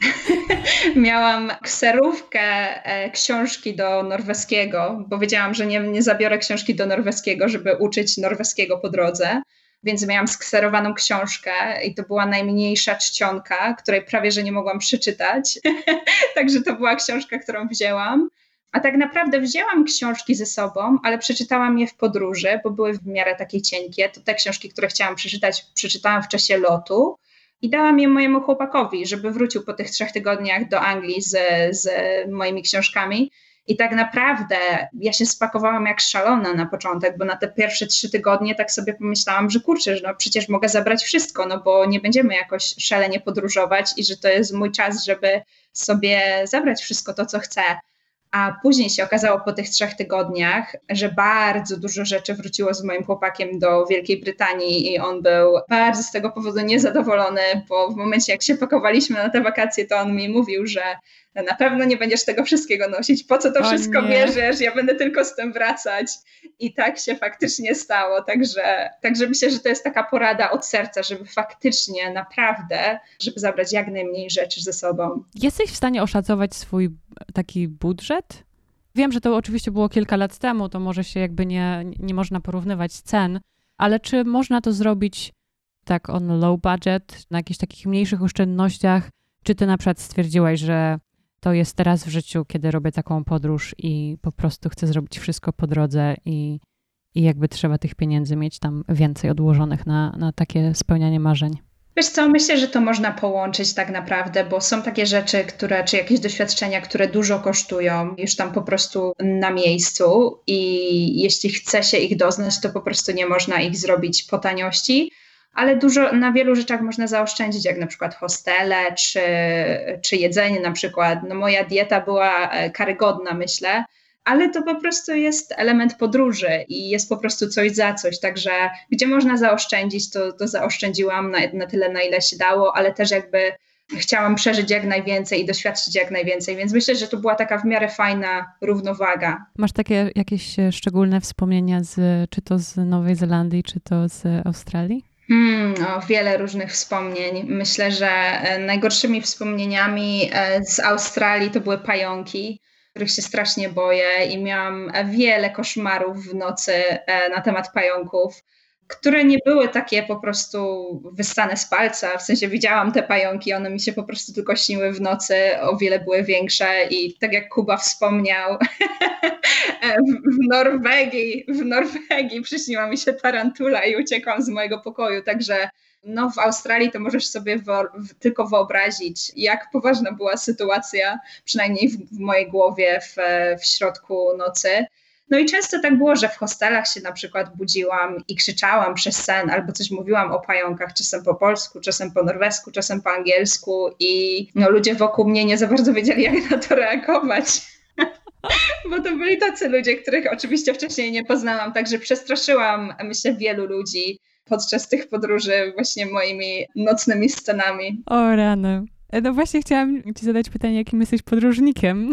Miałam kserówkę książki do norweskiego, bo wiedziałam, że nie zabiorę książki do norweskiego, żeby uczyć norweskiego po drodze. Więc miałam skserowaną książkę i to była najmniejsza czcionka, której prawie, że nie mogłam przeczytać. Także to była książka, którą wzięłam. A tak naprawdę wzięłam książki ze sobą, ale przeczytałam je w podróży, bo były w miarę takie cienkie. To te książki, które chciałam przeczytać, przeczytałam w czasie lotu i dałam je mojemu chłopakowi, żeby wrócił po tych 3 tygodniach do Anglii z moimi książkami. I tak naprawdę ja się spakowałam jak szalona na początek, bo na te pierwsze 3 tygodnie tak sobie pomyślałam, że kurczę, no przecież mogę zabrać wszystko, no bo nie będziemy jakoś szalenie podróżować i że to jest mój czas, żeby sobie zabrać wszystko to, co chcę. A później się okazało po tych 3 tygodniach, że bardzo dużo rzeczy wróciło z moim chłopakiem do Wielkiej Brytanii i on był bardzo z tego powodu niezadowolony, bo w momencie jak się pakowaliśmy na te wakacje, to on mi mówił, że na pewno nie będziesz tego wszystkiego nosić, po co to wszystko bierzesz, ja będę tylko z tym wracać. I tak się faktycznie stało, także myślę, że to jest taka porada od serca, żeby faktycznie naprawdę, żeby zabrać jak najmniej rzeczy ze sobą. Jesteś w stanie oszacować swój taki budżet? Wiem, że to oczywiście było kilka lat temu, to może się jakby nie można porównywać cen, ale czy można to zrobić tak on low budget, na jakichś takich mniejszych oszczędnościach? Czy ty na przykład stwierdziłaś, że to jest teraz w życiu, kiedy robię taką podróż i po prostu chcę zrobić wszystko po drodze i jakby trzeba tych pieniędzy mieć tam więcej odłożonych na takie spełnianie marzeń? Wiesz co, myślę, że to można połączyć tak naprawdę, bo są takie rzeczy, czy jakieś doświadczenia, które dużo kosztują już tam po prostu na miejscu i jeśli chce się ich doznać, to po prostu nie można ich zrobić po taniości, ale na wielu rzeczach można zaoszczędzić, jak na przykład hostele czy jedzenie na przykład. No moja dieta była karygodna, myślę, ale to po prostu jest element podróży i jest po prostu coś za coś, także gdzie można zaoszczędzić, to zaoszczędziłam na tyle, na ile się dało, ale też jakby chciałam przeżyć jak najwięcej i doświadczyć jak najwięcej, więc myślę, że to była taka w miarę fajna równowaga. Masz takie jakieś szczególne wspomnienia czy to z Nowej Zelandii, czy to z Australii? Wiele różnych wspomnień. Myślę, że najgorszymi wspomnieniami z Australii to były pająki, których się strasznie boję i miałam wiele koszmarów w nocy na temat pająków, które nie były takie po prostu wyssane z palca, w sensie widziałam te pająki, one mi się po prostu tylko śniły w nocy, o wiele były większe i tak jak Kuba wspomniał, w Norwegii przyśniła mi się tarantula i uciekłam z mojego pokoju, także no w Australii to możesz sobie tylko wyobrazić, jak poważna była sytuacja, przynajmniej w mojej głowie w środku nocy. No i często tak było, że w hostelach się na przykład budziłam i krzyczałam przez sen albo coś mówiłam o pająkach, czasem po polsku, czasem po norwesku, czasem po angielsku i no, ludzie wokół mnie nie za bardzo wiedzieli, jak na to reagować. Bo to byli tacy ludzie, których oczywiście wcześniej nie poznałam, także przestraszyłam, myślę, wielu ludzi podczas tych podróży właśnie moimi nocnymi scenami. O rany. No właśnie chciałam ci zadać pytanie, jakim jesteś podróżnikiem.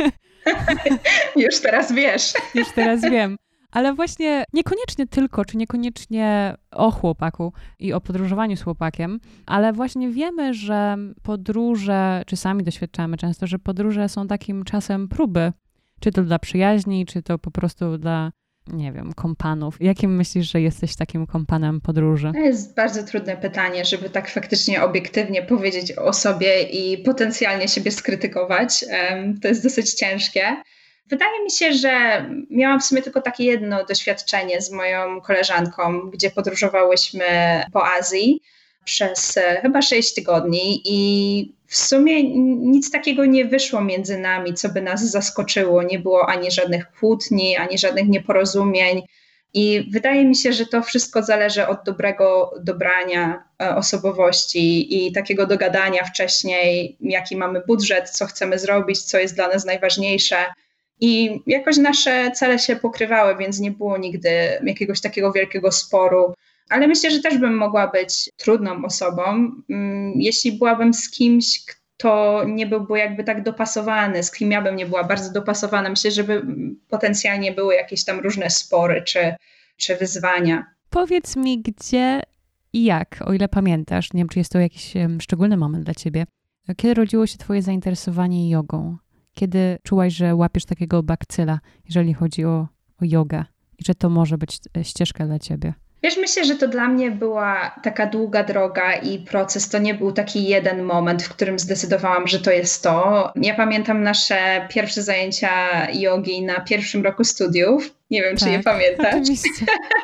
Już teraz wiesz. Już teraz wiem. Ale właśnie niekoniecznie tylko, czy niekoniecznie o chłopaku i o podróżowaniu z chłopakiem, ale właśnie wiemy, że podróże, czy sami doświadczamy często, że podróże są takim czasem próby. Czy to dla przyjaźni, czy to po prostu dla, nie wiem, kompanów. Jakim myślisz, że jesteś takim kompanem podróży? To jest bardzo trudne pytanie, żeby tak faktycznie obiektywnie powiedzieć o sobie i potencjalnie siebie skrytykować. To jest dosyć ciężkie. Wydaje mi się, że miałam w sumie tylko takie jedno doświadczenie z moją koleżanką, gdzie podróżowałyśmy po Azji przez chyba 6 tygodni i w sumie nic takiego nie wyszło między nami, co by nas zaskoczyło. Nie było ani żadnych kłótni, ani żadnych nieporozumień. I wydaje mi się, że to wszystko zależy od dobrego dobrania osobowości i takiego dogadania wcześniej, jaki mamy budżet, co chcemy zrobić, co jest dla nas najważniejsze. I jakoś nasze cele się pokrywały, więc nie było nigdy jakiegoś takiego wielkiego sporu. Ale myślę, że też bym mogła być trudną osobą, jeśli byłabym z kimś, kto nie byłby jakby tak dopasowany, z kim ja bym nie była bardzo dopasowana. Myślę, że by potencjalnie były jakieś tam różne spory czy wyzwania. Powiedz mi, gdzie i jak, o ile pamiętasz, nie wiem, czy jest to jakiś szczególny moment dla ciebie, kiedy rodziło się twoje zainteresowanie jogą? Kiedy czułaś, że łapiesz takiego bakcyla, jeżeli chodzi o jogę i że to może być ścieżka dla ciebie? Wiesz, myślę, że to dla mnie była taka długa droga i proces. To nie był taki jeden moment, w którym zdecydowałam, że to jest to. Ja pamiętam nasze pierwsze zajęcia jogi na pierwszym roku studiów. Nie wiem, czy je pamiętasz. Oczywiście.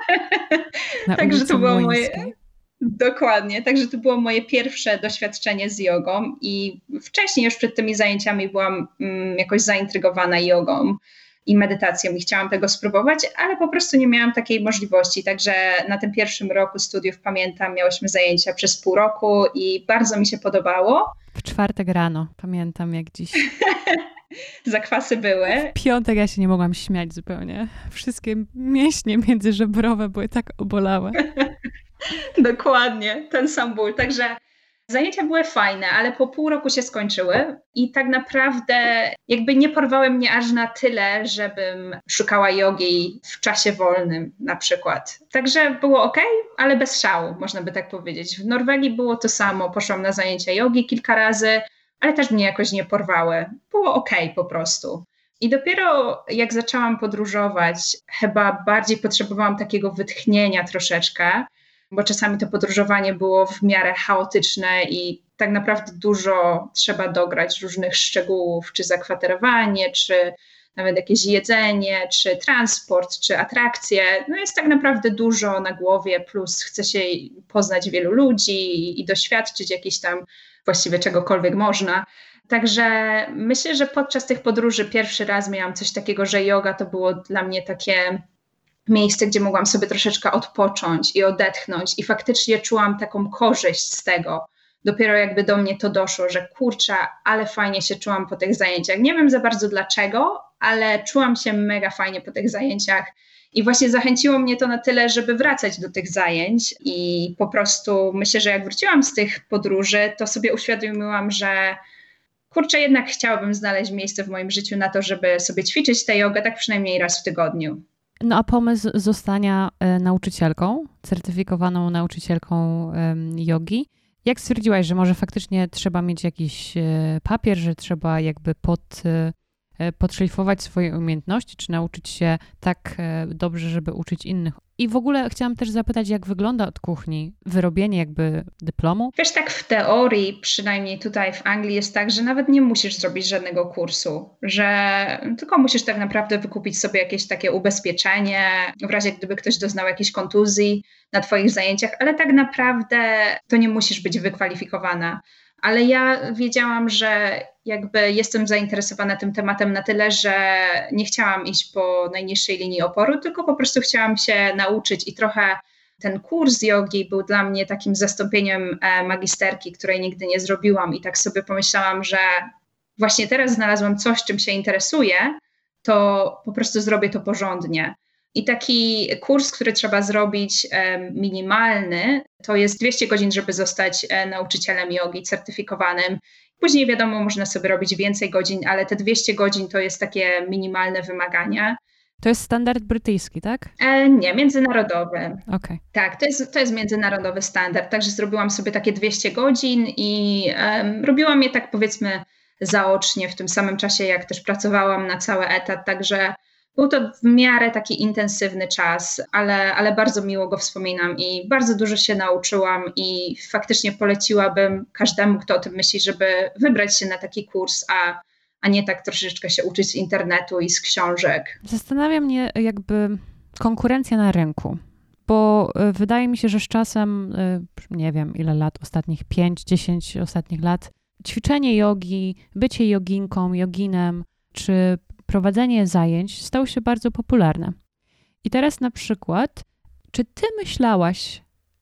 Także to było moje... Dokładnie, także to było moje pierwsze doświadczenie z jogą i wcześniej już przed tymi zajęciami byłam jakoś zaintrygowana jogą i medytacją i chciałam tego spróbować, ale po prostu nie miałam takiej możliwości, także na tym pierwszym roku studiów pamiętam, miałyśmy zajęcia przez pół roku i bardzo mi się podobało. W czwartek rano, pamiętam jak dziś. Zakwasy były. W piątek ja się nie mogłam śmiać zupełnie. Wszystkie mięśnie międzyżebrowe były tak obolałe. Dokładnie, ten sam ból. Także zajęcia były fajne, ale po pół roku się skończyły i tak naprawdę jakby nie porwały mnie aż na tyle, żebym szukała jogi w czasie wolnym na przykład. Także było okej, ale bez szału, można by tak powiedzieć. W Norwegii było to samo, poszłam na zajęcia jogi kilka razy, ale też mnie jakoś nie porwały. Było okej po prostu. I dopiero jak zaczęłam podróżować, chyba bardziej potrzebowałam takiego wytchnienia troszeczkę, bo czasami to podróżowanie było w miarę chaotyczne i tak naprawdę dużo trzeba dograć różnych szczegółów, czy zakwaterowanie, czy nawet jakieś jedzenie, czy transport, czy atrakcje. No jest tak naprawdę dużo na głowie, plus chce się poznać wielu ludzi i doświadczyć jakichś tam właściwie czegokolwiek można. Także myślę, że podczas tych podróży pierwszy raz miałam coś takiego, że yoga to było dla mnie takie miejsce, gdzie mogłam sobie troszeczkę odpocząć i odetchnąć i faktycznie czułam taką korzyść z tego. Dopiero jakby do mnie to doszło, że kurczę, ale fajnie się czułam po tych zajęciach. Nie wiem za bardzo dlaczego, ale czułam się mega fajnie po tych zajęciach i właśnie zachęciło mnie to na tyle, żeby wracać do tych zajęć i po prostu myślę, że jak wróciłam z tych podróży, to sobie uświadomiłam, że kurczę, jednak chciałabym znaleźć miejsce w moim życiu na to, żeby sobie ćwiczyć tę jogę tak przynajmniej raz w tygodniu. No a pomysł zostania nauczycielką, certyfikowaną nauczycielką jogi, jak stwierdziłaś, że może faktycznie trzeba mieć jakiś papier, że trzeba jakby podszlifować swoje umiejętności, czy nauczyć się tak dobrze, żeby uczyć innych? I w ogóle chciałam też zapytać, jak wygląda od kuchni wyrobienie jakby dyplomu? Wiesz, tak w teorii, przynajmniej tutaj w Anglii jest tak, że nawet nie musisz zrobić żadnego kursu, że tylko musisz tak naprawdę wykupić sobie jakieś takie ubezpieczenie, w razie gdyby ktoś doznał jakiejś kontuzji na twoich zajęciach, ale tak naprawdę to nie musisz być wykwalifikowana. Ale ja wiedziałam, że jakby jestem zainteresowana tym tematem na tyle, że nie chciałam iść po najniższej linii oporu, tylko po prostu chciałam się nauczyć i trochę ten kurs jogi był dla mnie takim zastąpieniem magisterki, której nigdy nie zrobiłam i tak sobie pomyślałam, że właśnie teraz znalazłam coś, czym się interesuję, to po prostu zrobię to porządnie. I taki kurs, który trzeba zrobić minimalny, to jest 200 godzin, żeby zostać nauczycielem jogi certyfikowanym. Później wiadomo, można sobie robić więcej godzin, ale te 200 godzin to jest takie minimalne wymagania. To jest standard brytyjski, tak? Nie, międzynarodowy. Okay. Tak, to jest międzynarodowy standard. Także zrobiłam sobie takie 200 godzin i robiłam je tak powiedzmy zaocznie w tym samym czasie, jak też pracowałam na cały etat. Także był to w miarę taki intensywny czas, ale bardzo miło go wspominam i bardzo dużo się nauczyłam i faktycznie poleciłabym każdemu, kto o tym myśli, żeby wybrać się na taki kurs, a nie tak troszeczkę się uczyć z internetu i z książek. Zastanawia mnie jakby konkurencja na rynku, bo wydaje mi się, że z czasem, nie wiem ile lat, ostatnich 5-10 ostatnich lat, ćwiczenie jogi, bycie joginką, joginem, czy prowadzenie zajęć stało się bardzo popularne. I teraz na przykład, czy ty myślałaś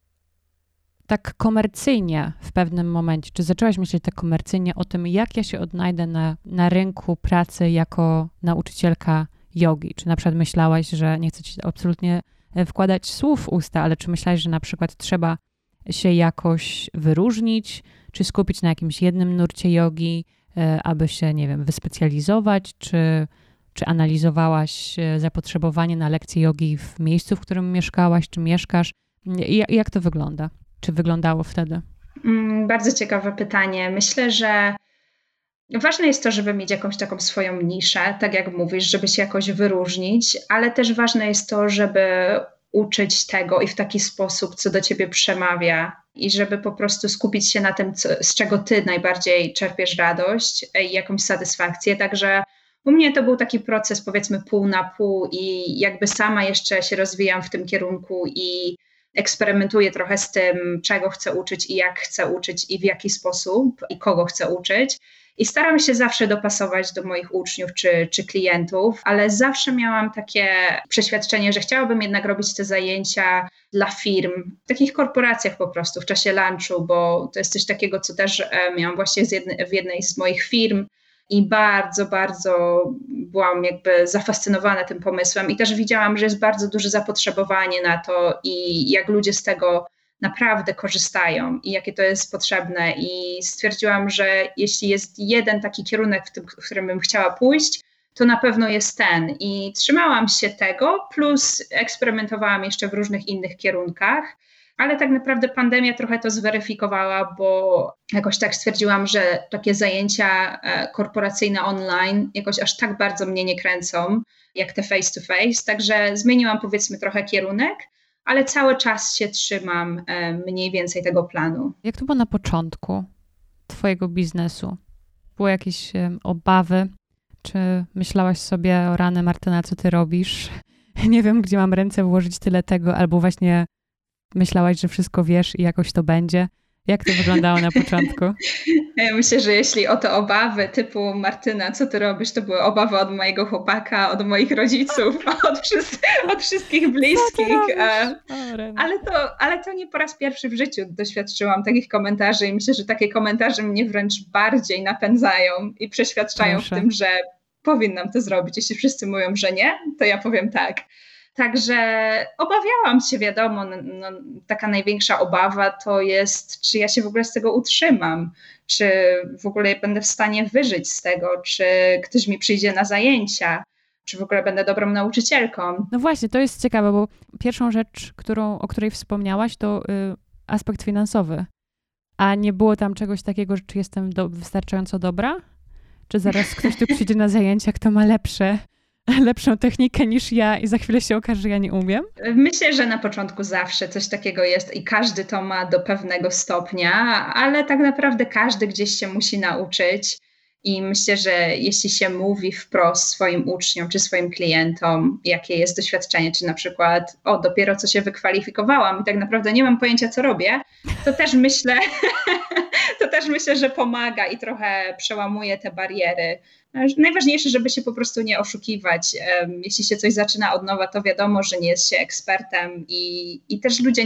tak komercyjnie w pewnym momencie, czy zaczęłaś myśleć tak komercyjnie o tym, jak ja się odnajdę na rynku pracy jako nauczycielka jogi? Czy na przykład myślałaś, że nie chcę ci absolutnie wkładać słów w usta, ale czy myślałaś, że na przykład trzeba się jakoś wyróżnić, czy skupić na jakimś jednym nurcie jogi, aby się, nie wiem, wyspecjalizować, czy analizowałaś zapotrzebowanie na lekcje jogi w miejscu, w którym mieszkałaś, czy mieszkasz? Jak to wygląda? Czy wyglądało wtedy? Bardzo ciekawe pytanie. Myślę, że ważne jest to, żeby mieć jakąś taką swoją niszę, tak jak mówisz, żeby się jakoś wyróżnić, ale też ważne jest to, żeby uczyć tego i w taki sposób, co do ciebie przemawia i żeby po prostu skupić się na tym, z czego ty najbardziej czerpiesz radość i jakąś satysfakcję. Także u mnie to był taki proces powiedzmy pół na pół i jakby sama jeszcze się rozwijam w tym kierunku i eksperymentuję trochę z tym, czego chcę uczyć i jak chcę uczyć i w jaki sposób i kogo chcę uczyć. I staram się zawsze dopasować do moich uczniów czy klientów, ale zawsze miałam takie przeświadczenie, że chciałabym jednak robić te zajęcia dla firm, w takich korporacjach po prostu w czasie lunchu, bo to jest coś takiego, co też miałam właśnie w jednej z moich firm i bardzo, bardzo byłam jakby zafascynowana tym pomysłem i też widziałam, że jest bardzo duże zapotrzebowanie na to i jak ludzie z tego naprawdę korzystają i jakie to jest potrzebne i stwierdziłam, że jeśli jest jeden taki kierunek, w którym bym chciała pójść, to na pewno jest ten i trzymałam się tego, plus eksperymentowałam jeszcze w różnych innych kierunkach. Ale tak naprawdę pandemia trochę to zweryfikowała, bo jakoś tak stwierdziłam, że takie zajęcia korporacyjne online jakoś aż tak bardzo mnie nie kręcą, jak te face to face. Także zmieniłam powiedzmy trochę kierunek, ale cały czas się trzymam mniej więcej tego planu. Jak to było na początku twojego biznesu? Były jakieś obawy? Czy myślałaś sobie, o rany Martyna, co ty robisz? Nie wiem, gdzie mam ręce włożyć tyle tego, albo właśnie myślałaś, że wszystko wiesz i jakoś to będzie? Jak to wyglądało na początku? Ja myślę, że jeśli o te obawy typu Martyna, co ty robisz, to były obawy od mojego chłopaka, od moich rodziców, od wszystkich bliskich. Ale to nie po raz pierwszy w życiu doświadczyłam takich komentarzy i myślę, że takie komentarze mnie wręcz bardziej napędzają i przeświadczają w tym, że powinnam to zrobić. Jeśli wszyscy mówią, że nie, to ja powiem tak. Także obawiałam się, wiadomo, taka największa obawa to jest, czy ja się w ogóle z tego utrzymam, czy w ogóle będę w stanie wyżyć z tego, czy ktoś mi przyjdzie na zajęcia, czy w ogóle będę dobrą nauczycielką. No właśnie, to jest ciekawe, bo pierwszą rzecz, o której wspomniałaś, to aspekt finansowy. A nie było tam czegoś takiego, czy jestem wystarczająco dobra? Czy zaraz ktoś tu przyjdzie na zajęcia, kto ma lepszą technikę niż ja i za chwilę się okaże, że ja nie umiem? Myślę, że na początku zawsze coś takiego jest i każdy to ma do pewnego stopnia, ale tak naprawdę każdy gdzieś się musi nauczyć i myślę, że jeśli się mówi wprost swoim uczniom czy swoim klientom, jakie jest doświadczenie, czy na przykład dopiero co się wykwalifikowałam i tak naprawdę nie mam pojęcia, co robię, to też myślę, że pomaga i trochę przełamuje te bariery. Najważniejsze, żeby się po prostu nie oszukiwać. Jeśli się coś zaczyna od nowa, to wiadomo, że nie jest się ekspertem i też ludzie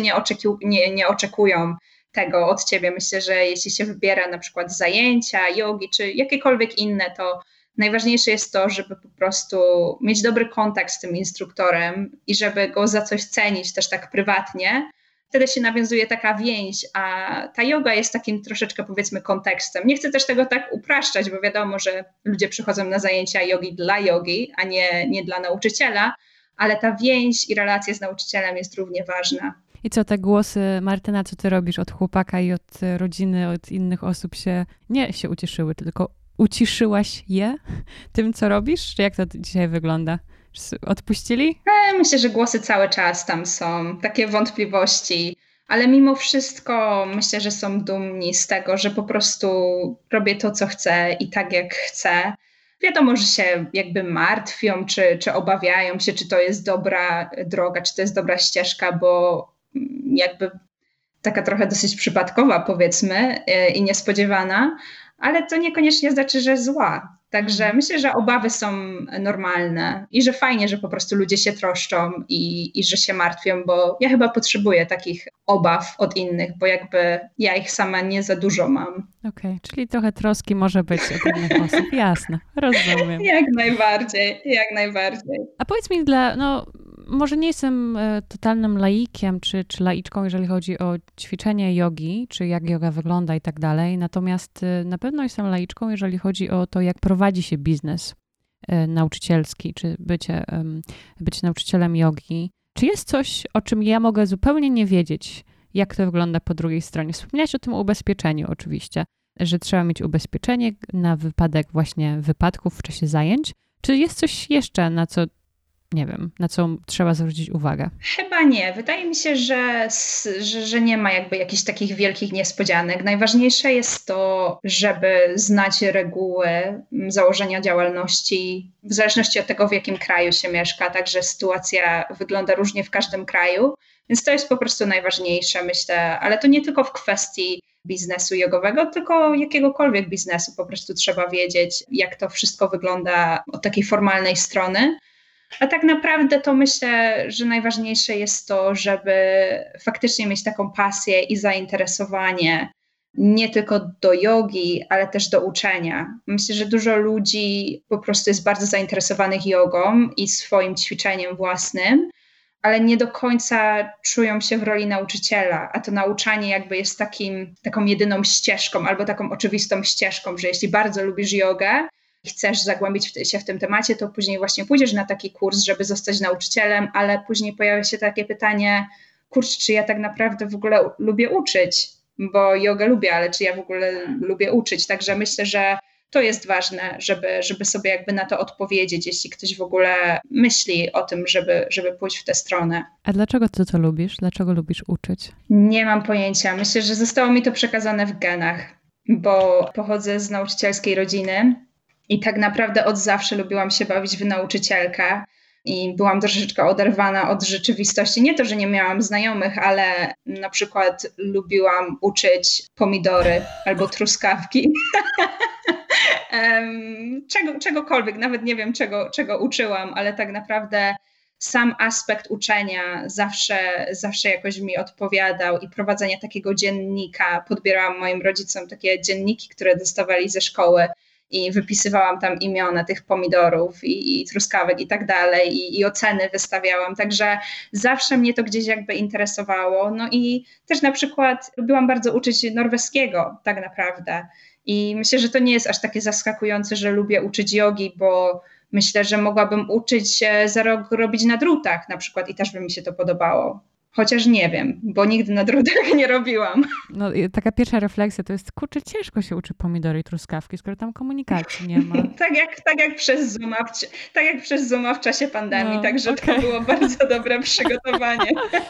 nie oczekują tego od ciebie. Myślę, że jeśli się wybiera na przykład zajęcia, jogi czy jakiekolwiek inne, to najważniejsze jest to, żeby po prostu mieć dobry kontakt z tym instruktorem i żeby go za coś cenić też tak prywatnie. Wtedy się nawiązuje taka więź, a ta joga jest takim troszeczkę powiedzmy kontekstem. Nie chcę też tego tak upraszczać, bo wiadomo, że ludzie przychodzą na zajęcia jogi dla jogi, a nie dla nauczyciela, ale ta więź i relacja z nauczycielem jest równie ważna. I co, te głosy, Martyna, co ty robisz od chłopaka i od rodziny, od innych osób nie się ucieszyły, tylko uciszyłaś je tym, co robisz? Czy jak to dzisiaj wygląda? Odpuścili? Myślę, że głosy cały czas tam są, takie wątpliwości, ale mimo wszystko myślę, że są dumni z tego, że po prostu robię to, co chcę i tak, jak chcę. Wiadomo, że się jakby martwią, czy obawiają się, czy to jest dobra droga, czy to jest dobra ścieżka, bo jakby taka trochę dosyć przypadkowa, powiedzmy, i niespodziewana, ale to niekoniecznie znaczy, że zła. Także myślę, że obawy są normalne i że fajnie, że po prostu ludzie się troszczą i że się martwią, bo ja chyba potrzebuję takich obaw od innych, bo jakby ja ich sama nie za dużo mam. Okej, czyli trochę troski może być od innych osób. Jasne, rozumiem. Jak najbardziej, jak najbardziej. A powiedz mi, może nie jestem totalnym laikiem czy laiczką, jeżeli chodzi o ćwiczenie jogi, czy jak joga wygląda i tak dalej, natomiast na pewno jestem laiczką, jeżeli chodzi o to, jak prowadzi się biznes nauczycielski, czy bycie nauczycielem jogi. Czy jest coś, o czym ja mogę zupełnie nie wiedzieć, jak to wygląda po drugiej stronie? Wspomniałaś o tym ubezpieczeniu oczywiście, że trzeba mieć ubezpieczenie na wypadek właśnie wypadków w czasie zajęć. Czy jest coś jeszcze, na co trzeba zwrócić uwagę? Chyba nie. Wydaje mi się, że nie ma jakby jakichś takich wielkich niespodzianek. Najważniejsze jest to, żeby znać reguły założenia działalności w zależności od tego, w jakim kraju się mieszka. Także sytuacja wygląda różnie w każdym kraju, więc to jest po prostu najważniejsze, myślę. Ale to nie tylko w kwestii biznesu jogowego, tylko jakiegokolwiek biznesu. Po prostu trzeba wiedzieć, jak to wszystko wygląda od takiej formalnej strony. A tak naprawdę to myślę, że najważniejsze jest to, żeby faktycznie mieć taką pasję i zainteresowanie nie tylko do jogi, ale też do uczenia. Myślę, że dużo ludzi po prostu jest bardzo zainteresowanych jogą i swoim ćwiczeniem własnym, ale nie do końca czują się w roli nauczyciela, a to nauczanie jakby jest taką jedyną ścieżką albo taką oczywistą ścieżką, że jeśli bardzo lubisz jogę, chcesz zagłębić się w tym temacie, to później właśnie pójdziesz na taki kurs, żeby zostać nauczycielem, ale później pojawia się takie pytanie, kurczę, czy ja tak naprawdę w ogóle lubię uczyć, bo jogę lubię, ale czy ja w ogóle lubię uczyć? Także myślę, że to jest ważne, żeby sobie jakby na to odpowiedzieć, jeśli ktoś w ogóle myśli o tym, żeby pójść w tę stronę. A dlaczego ty to lubisz? Dlaczego lubisz uczyć? Nie mam pojęcia. Myślę, że zostało mi to przekazane w genach, bo pochodzę z nauczycielskiej rodziny i tak naprawdę od zawsze lubiłam się bawić w nauczycielkę i byłam troszeczkę oderwana od rzeczywistości. Nie to, że nie miałam znajomych, ale na przykład lubiłam uczyć pomidory albo truskawki. Czegokolwiek, nawet nie wiem czego uczyłam, ale tak naprawdę sam aspekt uczenia zawsze jakoś mi odpowiadał i prowadzenie takiego dziennika. Podbierałam moim rodzicom takie dzienniki, które dostawali ze szkoły i wypisywałam tam imiona tych pomidorów i truskawek i tak dalej i oceny wystawiałam. Także zawsze mnie to gdzieś jakby interesowało. No i też na przykład lubiłam bardzo uczyć norweskiego tak naprawdę. I myślę, że to nie jest aż takie zaskakujące, że lubię uczyć jogi, bo myślę, że mogłabym uczyć się za rok robić na drutach na przykład i też by mi się to podobało. Chociaż nie wiem, bo nigdy na drutach nie robiłam. No taka pierwsza refleksja to jest, kurczę, ciężko się uczy pomidory i truskawki, skoro tam komunikacji nie ma. tak jak przez Zooma w czasie pandemii, także okay. To było bardzo dobre przygotowanie.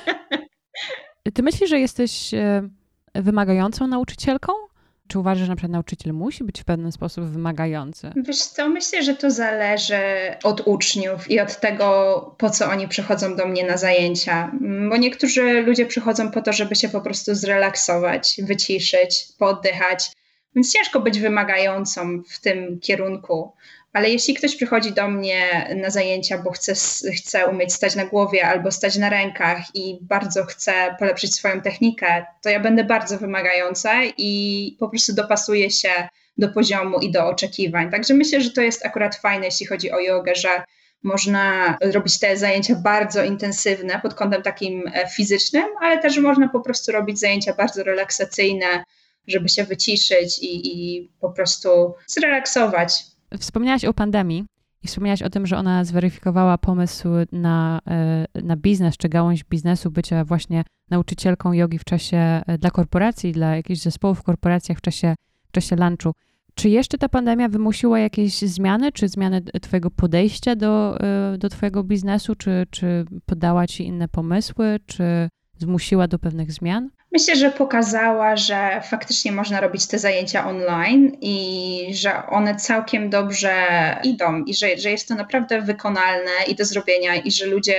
Ty myślisz, że jesteś wymagającą nauczycielką? Czy uważasz, że na przykład nauczyciel musi być w pewien sposób wymagający? Wiesz co, myślę, że to zależy od uczniów i od tego, po co oni przychodzą do mnie na zajęcia. Bo niektórzy ludzie przychodzą po to, żeby się po prostu zrelaksować, wyciszyć, pooddychać. Więc ciężko być wymagającą w tym kierunku. Ale jeśli ktoś przychodzi do mnie na zajęcia, bo chce umieć stać na głowie albo stać na rękach i bardzo chce polepszyć swoją technikę, to ja będę bardzo wymagająca i po prostu dopasuję się do poziomu i do oczekiwań. Także myślę, że to jest akurat fajne, jeśli chodzi o jogę, że można robić te zajęcia bardzo intensywne pod kątem takim fizycznym, ale też można po prostu robić zajęcia bardzo relaksacyjne, żeby się wyciszyć i po prostu zrelaksować. Wspomniałaś o pandemii i wspomniałaś o tym, że ona zweryfikowała pomysł na biznes, czy gałąź biznesu bycia właśnie nauczycielką jogi w czasie dla korporacji, dla jakichś zespołów w korporacjach w czasie lunchu. Czy jeszcze ta pandemia wymusiła jakieś zmiany, czy zmiany twojego podejścia do twojego biznesu, czy podała ci inne pomysły, czy zmusiła do pewnych zmian? Myślę, że pokazała, że faktycznie można robić te zajęcia online i że one całkiem dobrze idą i że jest to naprawdę wykonalne i do zrobienia i że ludzie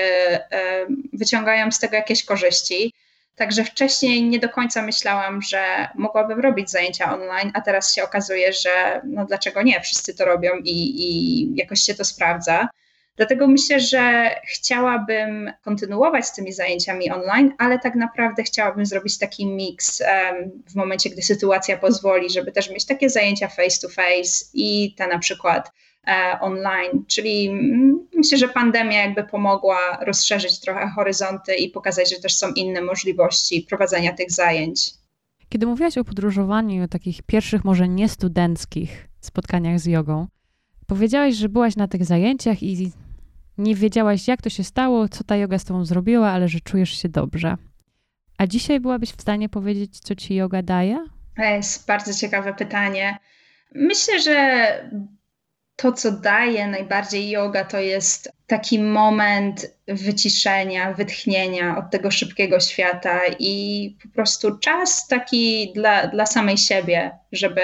wyciągają z tego jakieś korzyści. Także wcześniej nie do końca myślałam, że mogłabym robić zajęcia online, a teraz się okazuje, że no dlaczego nie? Wszyscy to robią i jakoś się to sprawdza. Dlatego myślę, że chciałabym kontynuować z tymi zajęciami online, ale tak naprawdę chciałabym zrobić taki miks w momencie, gdy sytuacja pozwoli, żeby też mieć takie zajęcia face to face i te na przykład online. Czyli myślę, że pandemia jakby pomogła rozszerzyć trochę horyzonty i pokazać, że też są inne możliwości prowadzenia tych zajęć. Kiedy mówiłaś o podróżowaniu, o takich pierwszych, może nie studenckich spotkaniach z jogą, powiedziałaś, że byłaś na tych zajęciach i nie wiedziałaś, jak to się stało, co ta joga z tobą zrobiła, ale że czujesz się dobrze. A dzisiaj byłabyś w stanie powiedzieć, co ci joga daje? To jest bardzo ciekawe pytanie. Myślę, że to, co daje najbardziej joga, to jest taki moment wyciszenia, wytchnienia od tego szybkiego świata i po prostu czas taki dla samej siebie, żeby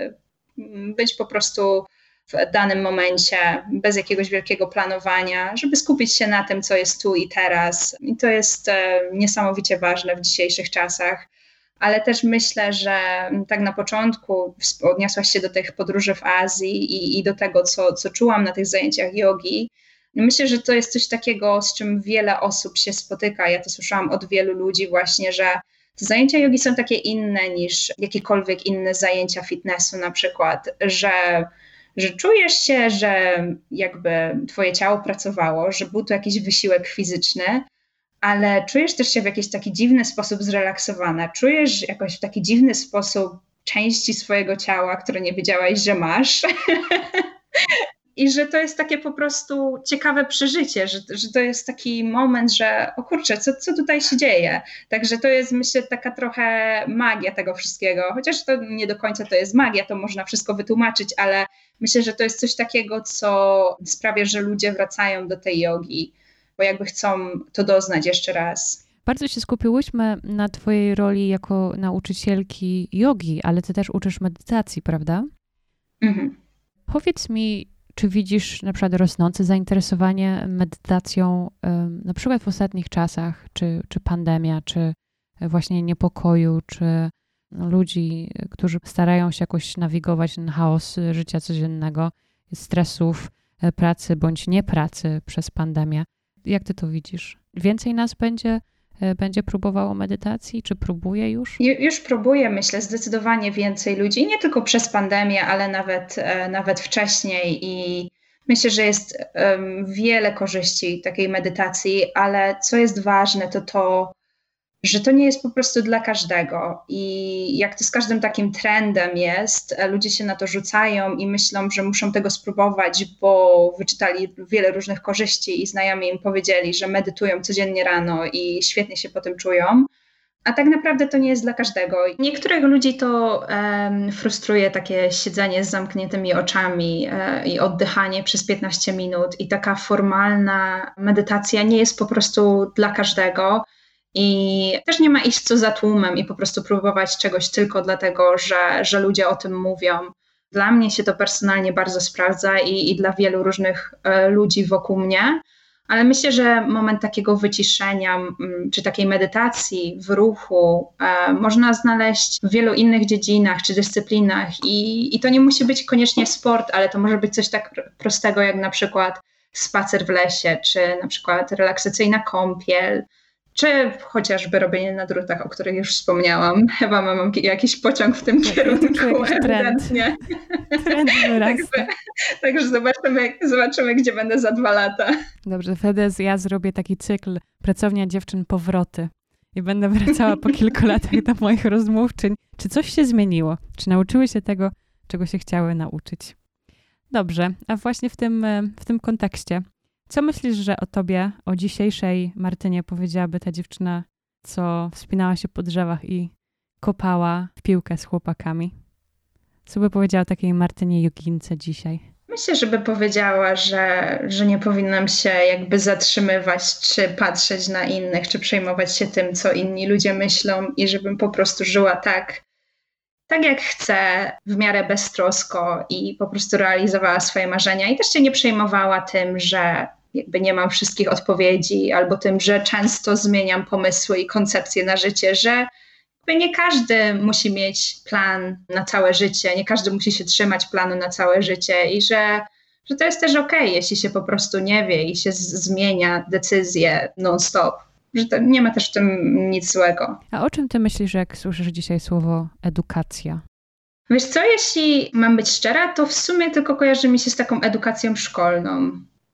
być po prostu w danym momencie, bez jakiegoś wielkiego planowania, żeby skupić się na tym, co jest tu i teraz. I to jest niesamowicie ważne w dzisiejszych czasach. Ale też myślę, że tak na początku odniosłaś się do tych podróży w Azji i do tego, co czułam na tych zajęciach jogi. Myślę, że to jest coś takiego, z czym wiele osób się spotyka. Ja to słyszałam od wielu ludzi właśnie, że te zajęcia jogi są takie inne niż jakiekolwiek inne zajęcia fitnessu na przykład, że czujesz się, że jakby twoje ciało pracowało, że był to jakiś wysiłek fizyczny, ale czujesz też się w jakiś taki dziwny sposób zrelaksowana. Czujesz jakoś w taki dziwny sposób części swojego ciała, które nie wiedziałaś, że masz. i że to jest takie po prostu ciekawe przeżycie, że to jest taki moment, że o kurczę, co tutaj się dzieje? Także to jest, myślę, taka trochę magia tego wszystkiego, chociaż to nie do końca to jest magia, to można wszystko wytłumaczyć, ale myślę, że to jest coś takiego, co sprawia, że ludzie wracają do tej jogi, bo jakby chcą to doznać jeszcze raz. Bardzo się skupiłyśmy na twojej roli jako nauczycielki jogi, ale ty też uczysz medytacji, prawda? Mhm. Powiedz mi, czy widzisz na przykład rosnące zainteresowanie medytacją na przykład w ostatnich czasach, czy pandemia, czy właśnie niepokoju, czy ludzi, którzy starają się jakoś nawigować ten chaos życia codziennego, stresów, pracy bądź niepracy przez pandemię. Jak ty to widzisz? Więcej nas będzie próbowało medytacji, czy próbuje już? Już próbuje, myślę, zdecydowanie więcej ludzi, nie tylko przez pandemię, ale nawet wcześniej i myślę, że jest wiele korzyści takiej medytacji, ale co jest ważne, to, że to nie jest po prostu dla każdego i jak to z każdym takim trendem jest, ludzie się na to rzucają i myślą, że muszą tego spróbować, bo wyczytali wiele różnych korzyści i znajomi im powiedzieli, że medytują codziennie rano i świetnie się po tym czują, a tak naprawdę to nie jest dla każdego. Niektórych ludzi to frustruje takie siedzenie z zamkniętymi oczami i oddychanie przez 15 minut i taka formalna medytacja nie jest po prostu dla każdego. I też nie ma iść co za tłumem i po prostu próbować czegoś tylko dlatego, że ludzie o tym mówią. Dla mnie się to personalnie bardzo sprawdza i dla wielu różnych ludzi wokół mnie, ale myślę, że moment takiego wyciszenia czy takiej medytacji w ruchu można znaleźć w wielu innych dziedzinach czy dyscyplinach i to nie musi być koniecznie sport, ale to może być coś tak prostego jak na przykład spacer w lesie, czy na przykład relaksacyjna kąpiel, czy chociażby robienie na drutach, o których już wspomniałam. Chyba mam jakiś pociąg w tym kierunku, ewidentnie. Trend Także zobaczymy, gdzie będę za 2 lata. Dobrze, wtedy ja zrobię taki cykl Pracownia Dziewczyn Powroty i będę wracała po kilku latach do moich rozmówczyń. Czy coś się zmieniło? Czy nauczyły się tego, czego się chciały nauczyć? Dobrze, a właśnie w tym kontekście, co myślisz, że o tobie, o dzisiejszej Martynie powiedziałaby ta dziewczyna, co wspinała się po drzewach i kopała w piłkę z chłopakami? Co by powiedziała takiej Martynie jogince dzisiaj? Myślę, żeby powiedziała, że nie powinnam się jakby zatrzymywać, czy patrzeć na innych, czy przejmować się tym, co inni ludzie myślą i żebym po prostu żyła tak jak chcę, w miarę beztrosko i po prostu realizowała swoje marzenia i też się nie przejmowała tym, że jakby nie mam wszystkich odpowiedzi albo tym, że często zmieniam pomysły i koncepcje na życie, że nie każdy musi mieć plan na całe życie, nie każdy musi się trzymać planu na całe życie i że to jest też okej, jeśli się po prostu nie wie i się zmienia decyzje non-stop, że to nie ma też w tym nic złego. A o czym ty myślisz, jak słyszysz dzisiaj słowo edukacja? Wiesz co, jeśli mam być szczera, to w sumie tylko kojarzy mi się z taką edukacją szkolną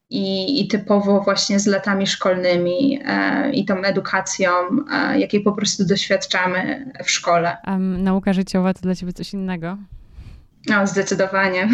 i typowo właśnie z latami szkolnymi i tą edukacją, jakiej po prostu doświadczamy w szkole. A nauka życiowa to dla ciebie coś innego? No, zdecydowanie.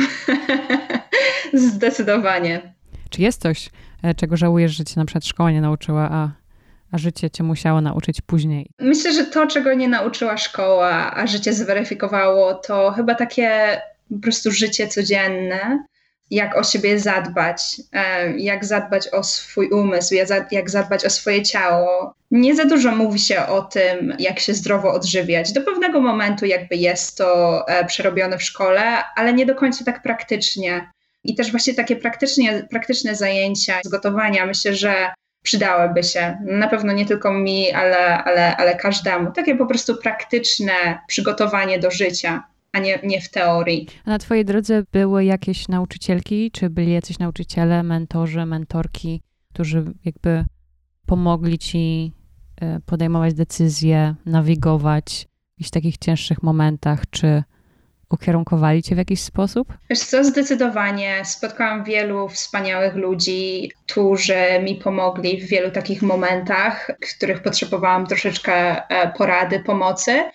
Zdecydowanie. Czy jest coś, czego żałujesz, że cię na przykład szkoła nie nauczyła, a życie cię musiało nauczyć później? Myślę, że to, czego nie nauczyła szkoła, a życie zweryfikowało, to chyba takie po prostu życie codzienne, jak o siebie zadbać, jak zadbać o swój umysł, jak zadbać o swoje ciało. Nie za dużo mówi się o tym, jak się zdrowo odżywiać. Do pewnego momentu jakby jest to przerobione w szkole, ale nie do końca tak praktycznie. I też właśnie takie praktyczne zajęcia z gotowania, myślę, że przydałyby się. Na pewno nie tylko mi, ale każdemu. Takie po prostu praktyczne przygotowanie do życia, a nie w teorii. A na twojej drodze były jakieś nauczycielki, czy byli jacyś nauczyciele, mentorzy, mentorki, którzy jakby pomogli ci podejmować decyzje, nawigować w jakichś takich cięższych momentach, czy ukierunkowali cię w jakiś sposób? Wiesz co, zdecydowanie spotkałam wielu wspaniałych ludzi, którzy mi pomogli w wielu takich momentach, w których potrzebowałam troszeczkę porady, pomocy,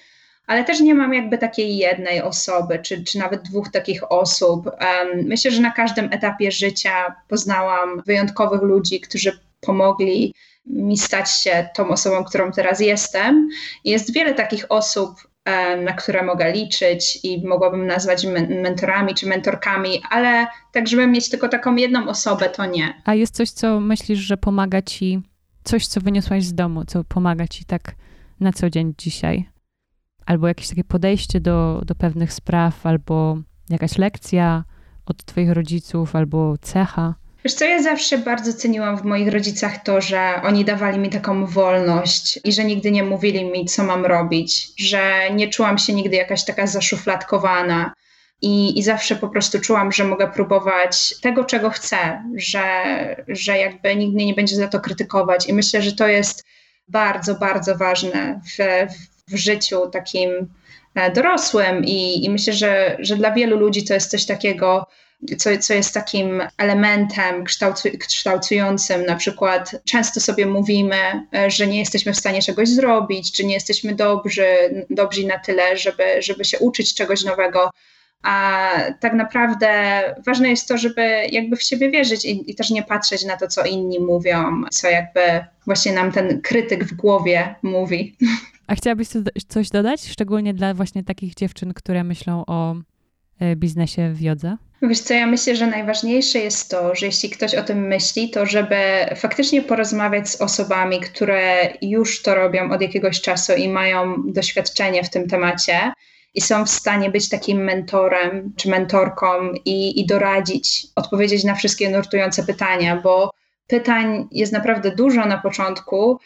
ale też nie mam jakby takiej jednej osoby, czy nawet dwóch takich osób. Myślę, że na każdym etapie życia poznałam wyjątkowych ludzi, którzy pomogli mi stać się tą osobą, którą teraz jestem. Jest wiele takich osób, na które mogę liczyć i mogłabym nazwać mentorami czy mentorkami, ale tak, żeby mieć tylko taką jedną osobę, to nie. A jest coś, co myślisz, że pomaga ci, coś, co wyniosłaś z domu, co pomaga ci tak na co dzień dzisiaj? Albo jakieś takie podejście do pewnych spraw, albo jakaś lekcja od twoich rodziców, albo cecha? Wiesz co, ja zawsze bardzo ceniłam w moich rodzicach to, że oni dawali mi taką wolność i że nigdy nie mówili mi, co mam robić, że nie czułam się nigdy jakaś taka zaszufladkowana i zawsze po prostu czułam, że mogę próbować tego, czego chcę, że jakby nikt mnie nie będzie za to krytykować i myślę, że to jest bardzo, bardzo ważne w życiu takim dorosłym i myślę, że dla wielu ludzi to jest coś takiego, co jest takim elementem kształtującym. Na przykład często sobie mówimy, że nie jesteśmy w stanie czegoś zrobić, czy nie jesteśmy dobrzy na tyle, żeby się uczyć czegoś nowego. A tak naprawdę ważne jest to, żeby jakby w siebie wierzyć i też nie patrzeć na to, co inni mówią, co jakby właśnie nam ten krytyk w głowie mówi. A chciałabyś coś dodać? Szczególnie dla właśnie takich dziewczyn, które myślą o biznesie w jodze? Wiesz co, ja myślę, że najważniejsze jest to, że jeśli ktoś o tym myśli, to żeby faktycznie porozmawiać z osobami, które już to robią od jakiegoś czasu i mają doświadczenie w tym temacie i są w stanie być takim mentorem czy mentorką i doradzić, odpowiedzieć na wszystkie nurtujące pytania, bo pytań jest naprawdę dużo na początku,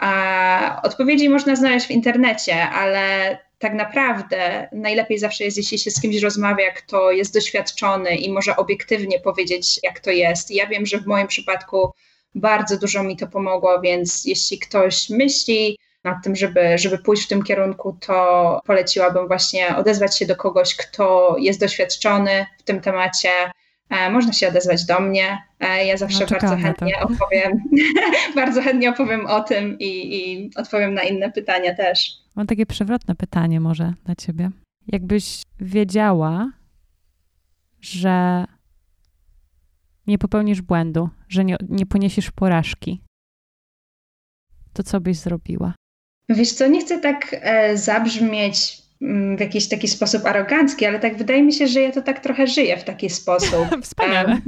a odpowiedzi można znaleźć w internecie, ale tak naprawdę najlepiej zawsze jest, jeśli się z kimś rozmawia, kto jest doświadczony i może obiektywnie powiedzieć, jak to jest. I ja wiem, że w moim przypadku bardzo dużo mi to pomogło, więc jeśli ktoś myśli nad tym, żeby pójść w tym kierunku, to poleciłabym właśnie odezwać się do kogoś, kto jest doświadczony w tym temacie. Można się odezwać do mnie. Ja zawsze bardzo chętnie opowiem o tym i odpowiem na inne pytania też. Mam takie przewrotne pytanie może dla ciebie. Jakbyś wiedziała, że nie popełnisz błędu, że nie poniesiesz porażki, to co byś zrobiła? Wiesz co, nie chcę tak zabrzmieć w jakiś taki sposób arogancki, ale tak wydaje mi się, że ja to tak trochę żyję w taki sposób. Wspaniale.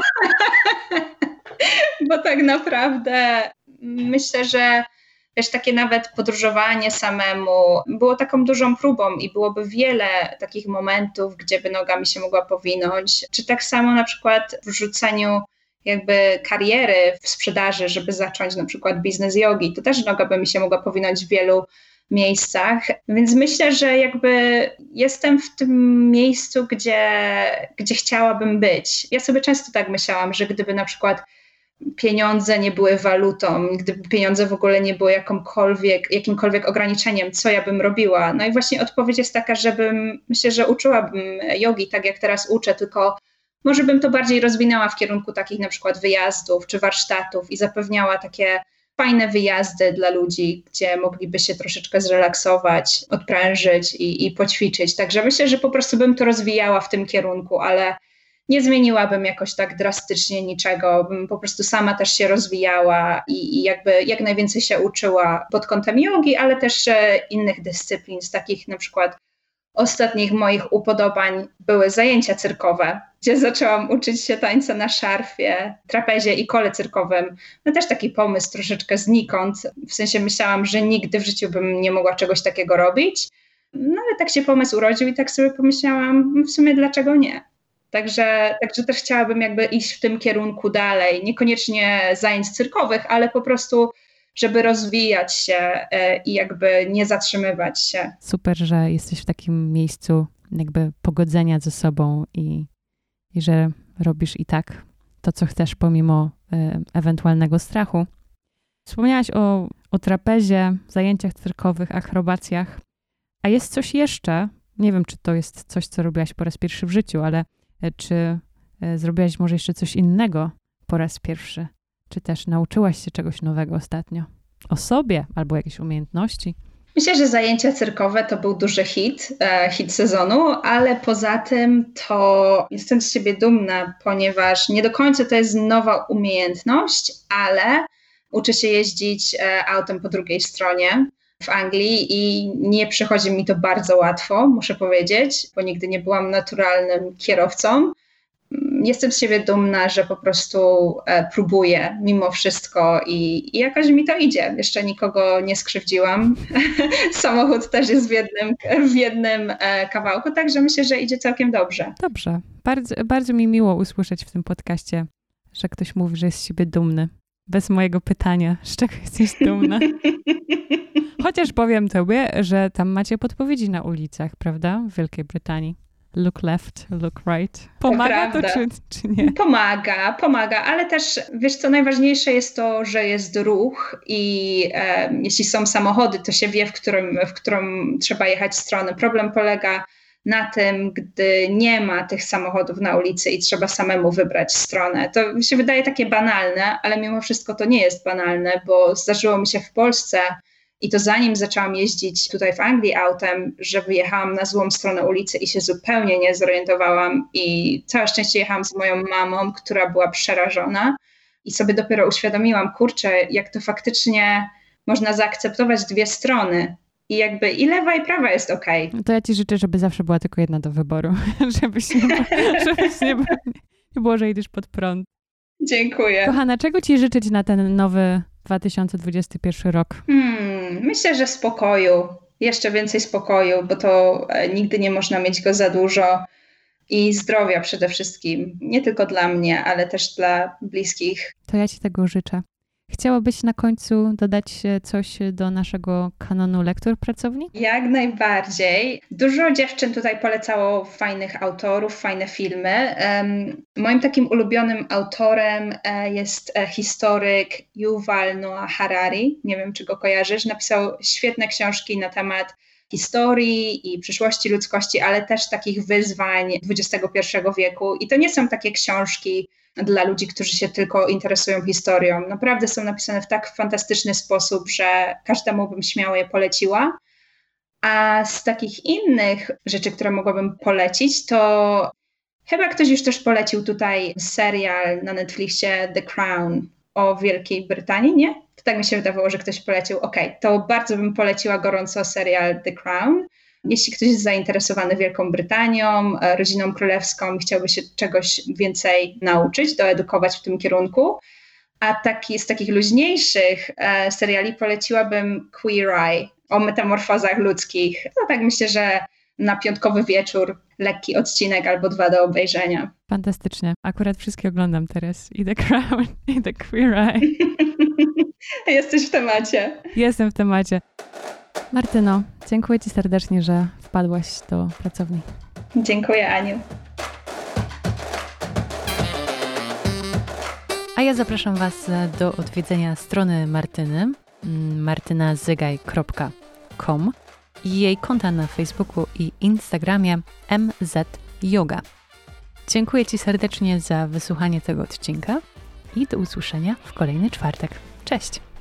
Bo tak naprawdę myślę, że wiesz, takie nawet podróżowanie samemu było taką dużą próbą i byłoby wiele takich momentów, gdzie by noga mi się mogła powinąć. Czy tak samo na przykład w rzuceniu jakby kariery w sprzedaży, żeby zacząć na przykład biznes jogi, to też noga by mi się mogła powinąć w wielu miejscach, więc myślę, że jakby jestem w tym miejscu, gdzie chciałabym być. Ja sobie często tak myślałam, że gdyby na przykład pieniądze nie były walutą, gdyby pieniądze w ogóle nie były jakimkolwiek ograniczeniem, co ja bym robiła. No i właśnie odpowiedź jest taka, myślę, że uczyłabym jogi tak jak teraz uczę, tylko może bym to bardziej rozwinęła w kierunku takich na przykład wyjazdów czy warsztatów i zapewniała takie fajne wyjazdy dla ludzi, gdzie mogliby się troszeczkę zrelaksować, odprężyć i poćwiczyć. Także myślę, że po prostu bym to rozwijała w tym kierunku, ale nie zmieniłabym jakoś tak drastycznie niczego, bym po prostu sama też się rozwijała i jakby jak najwięcej się uczyła pod kątem jogi, ale też innych dyscyplin, z takich na przykład ostatnich moich upodobań były zajęcia cyrkowe, gdzie zaczęłam uczyć się tańca na szarfie, trapezie i kole cyrkowym. No też taki pomysł troszeczkę znikąd, w sensie myślałam, że nigdy w życiu bym nie mogła czegoś takiego robić, no ale tak się pomysł urodził i tak sobie pomyślałam, w sumie dlaczego nie? Także też chciałabym jakby iść w tym kierunku dalej, niekoniecznie zajęć cyrkowych, ale po prostu żeby rozwijać się i jakby nie zatrzymywać się. Super, że jesteś w takim miejscu jakby pogodzenia ze sobą i że robisz i tak to, co chcesz, pomimo ewentualnego strachu. Wspomniałaś o trapezie, zajęciach cyrkowych, akrobacjach. A jest coś jeszcze, nie wiem, czy to jest coś, co robiłaś po raz pierwszy w życiu, ale czy zrobiłaś może jeszcze coś innego po raz pierwszy? Czy też nauczyłaś się czegoś nowego ostatnio? O sobie albo jakieś umiejętności? Myślę, że zajęcia cyrkowe to był duży hit sezonu, ale poza tym to jestem z siebie dumna, ponieważ nie do końca to jest nowa umiejętność, ale uczę się jeździć autem po drugiej stronie w Anglii i nie przychodzi mi to bardzo łatwo, muszę powiedzieć, bo nigdy nie byłam naturalnym kierowcą. Jestem z siebie dumna, że po prostu próbuję mimo wszystko i jakoś mi to idzie. Jeszcze nikogo nie skrzywdziłam. Samochód też jest w jednym kawałku, także myślę, że idzie całkiem dobrze. Dobrze. Bardzo, bardzo mi miło usłyszeć w tym podcaście, że ktoś mówi, że jest z siebie dumny. Bez mojego pytania, z czego jesteś dumna? Chociaż powiem tobie, że tam macie podpowiedzi na ulicach, prawda? W Wielkiej Brytanii. Look left, look right. Pomaga to czy nie? Pomaga, ale też, wiesz co, najważniejsze jest to, że jest ruch i jeśli są samochody, to się wie, w którą trzeba jechać stronę. Problem polega na tym, gdy nie ma tych samochodów na ulicy i trzeba samemu wybrać stronę. To mi się wydaje takie banalne, ale mimo wszystko to nie jest banalne, bo zdarzyło mi się w Polsce i to zanim zaczęłam jeździć tutaj w Anglii autem, że wyjechałam na złą stronę ulicy i się zupełnie nie zorientowałam i całe szczęście jechałam z moją mamą, która była przerażona i sobie dopiero uświadomiłam, kurczę, jak to faktycznie można zaakceptować dwie strony i jakby i lewa i prawa jest okej. No to ja ci życzę, żeby zawsze była tylko jedna do wyboru, żebyś nie było, że idziesz pod prąd. Dziękuję. Kochana, czego ci życzyć na ten nowy 2021 rok? Myślę, że spokoju. Jeszcze więcej spokoju, bo to nigdy nie można mieć go za dużo. I zdrowia przede wszystkim. Nie tylko dla mnie, ale też dla bliskich. To ja ci tego życzę. Chciałabyś na końcu dodać coś do naszego kanonu lektur pracowni? Jak najbardziej. Dużo dziewczyn tutaj polecało fajnych autorów, fajne filmy. Moim takim ulubionym autorem jest historyk Yuval Noah Harari. Nie wiem, czy go kojarzysz. Napisał świetne książki na temat historii i przyszłości ludzkości, ale też takich wyzwań XXI wieku. I to nie są takie książki dla ludzi, którzy się tylko interesują historią. Naprawdę są napisane w tak fantastyczny sposób, że każdemu bym śmiało je poleciła. A z takich innych rzeczy, które mogłabym polecić, to chyba ktoś już też polecił tutaj serial na Netflixie The Crown o Wielkiej Brytanii, nie? To tak mi się wydawało, że ktoś polecił. Okej, to bardzo bym poleciła gorąco serial The Crown. Jeśli ktoś jest zainteresowany Wielką Brytanią, rodziną królewską i chciałby się czegoś więcej nauczyć, doedukować w tym kierunku. A z takich luźniejszych seriali poleciłabym Queer Eye o metamorfozach ludzkich. To tak myślę, że na piątkowy wieczór lekki odcinek albo 2 do obejrzenia. Fantastycznie. Akurat wszystkie oglądam teraz. I The Crown, i The Queer Eye. Jesteś w temacie. Jestem w temacie. Martyno, dziękuję ci serdecznie, że wpadłaś do pracowni. Dziękuję, Aniu. A ja zapraszam was do odwiedzenia strony Martyny, martynazygaj.com i jej konta na Facebooku i Instagramie MZ Yoga. Dziękuję ci serdecznie za wysłuchanie tego odcinka i do usłyszenia w kolejny czwartek. Cześć!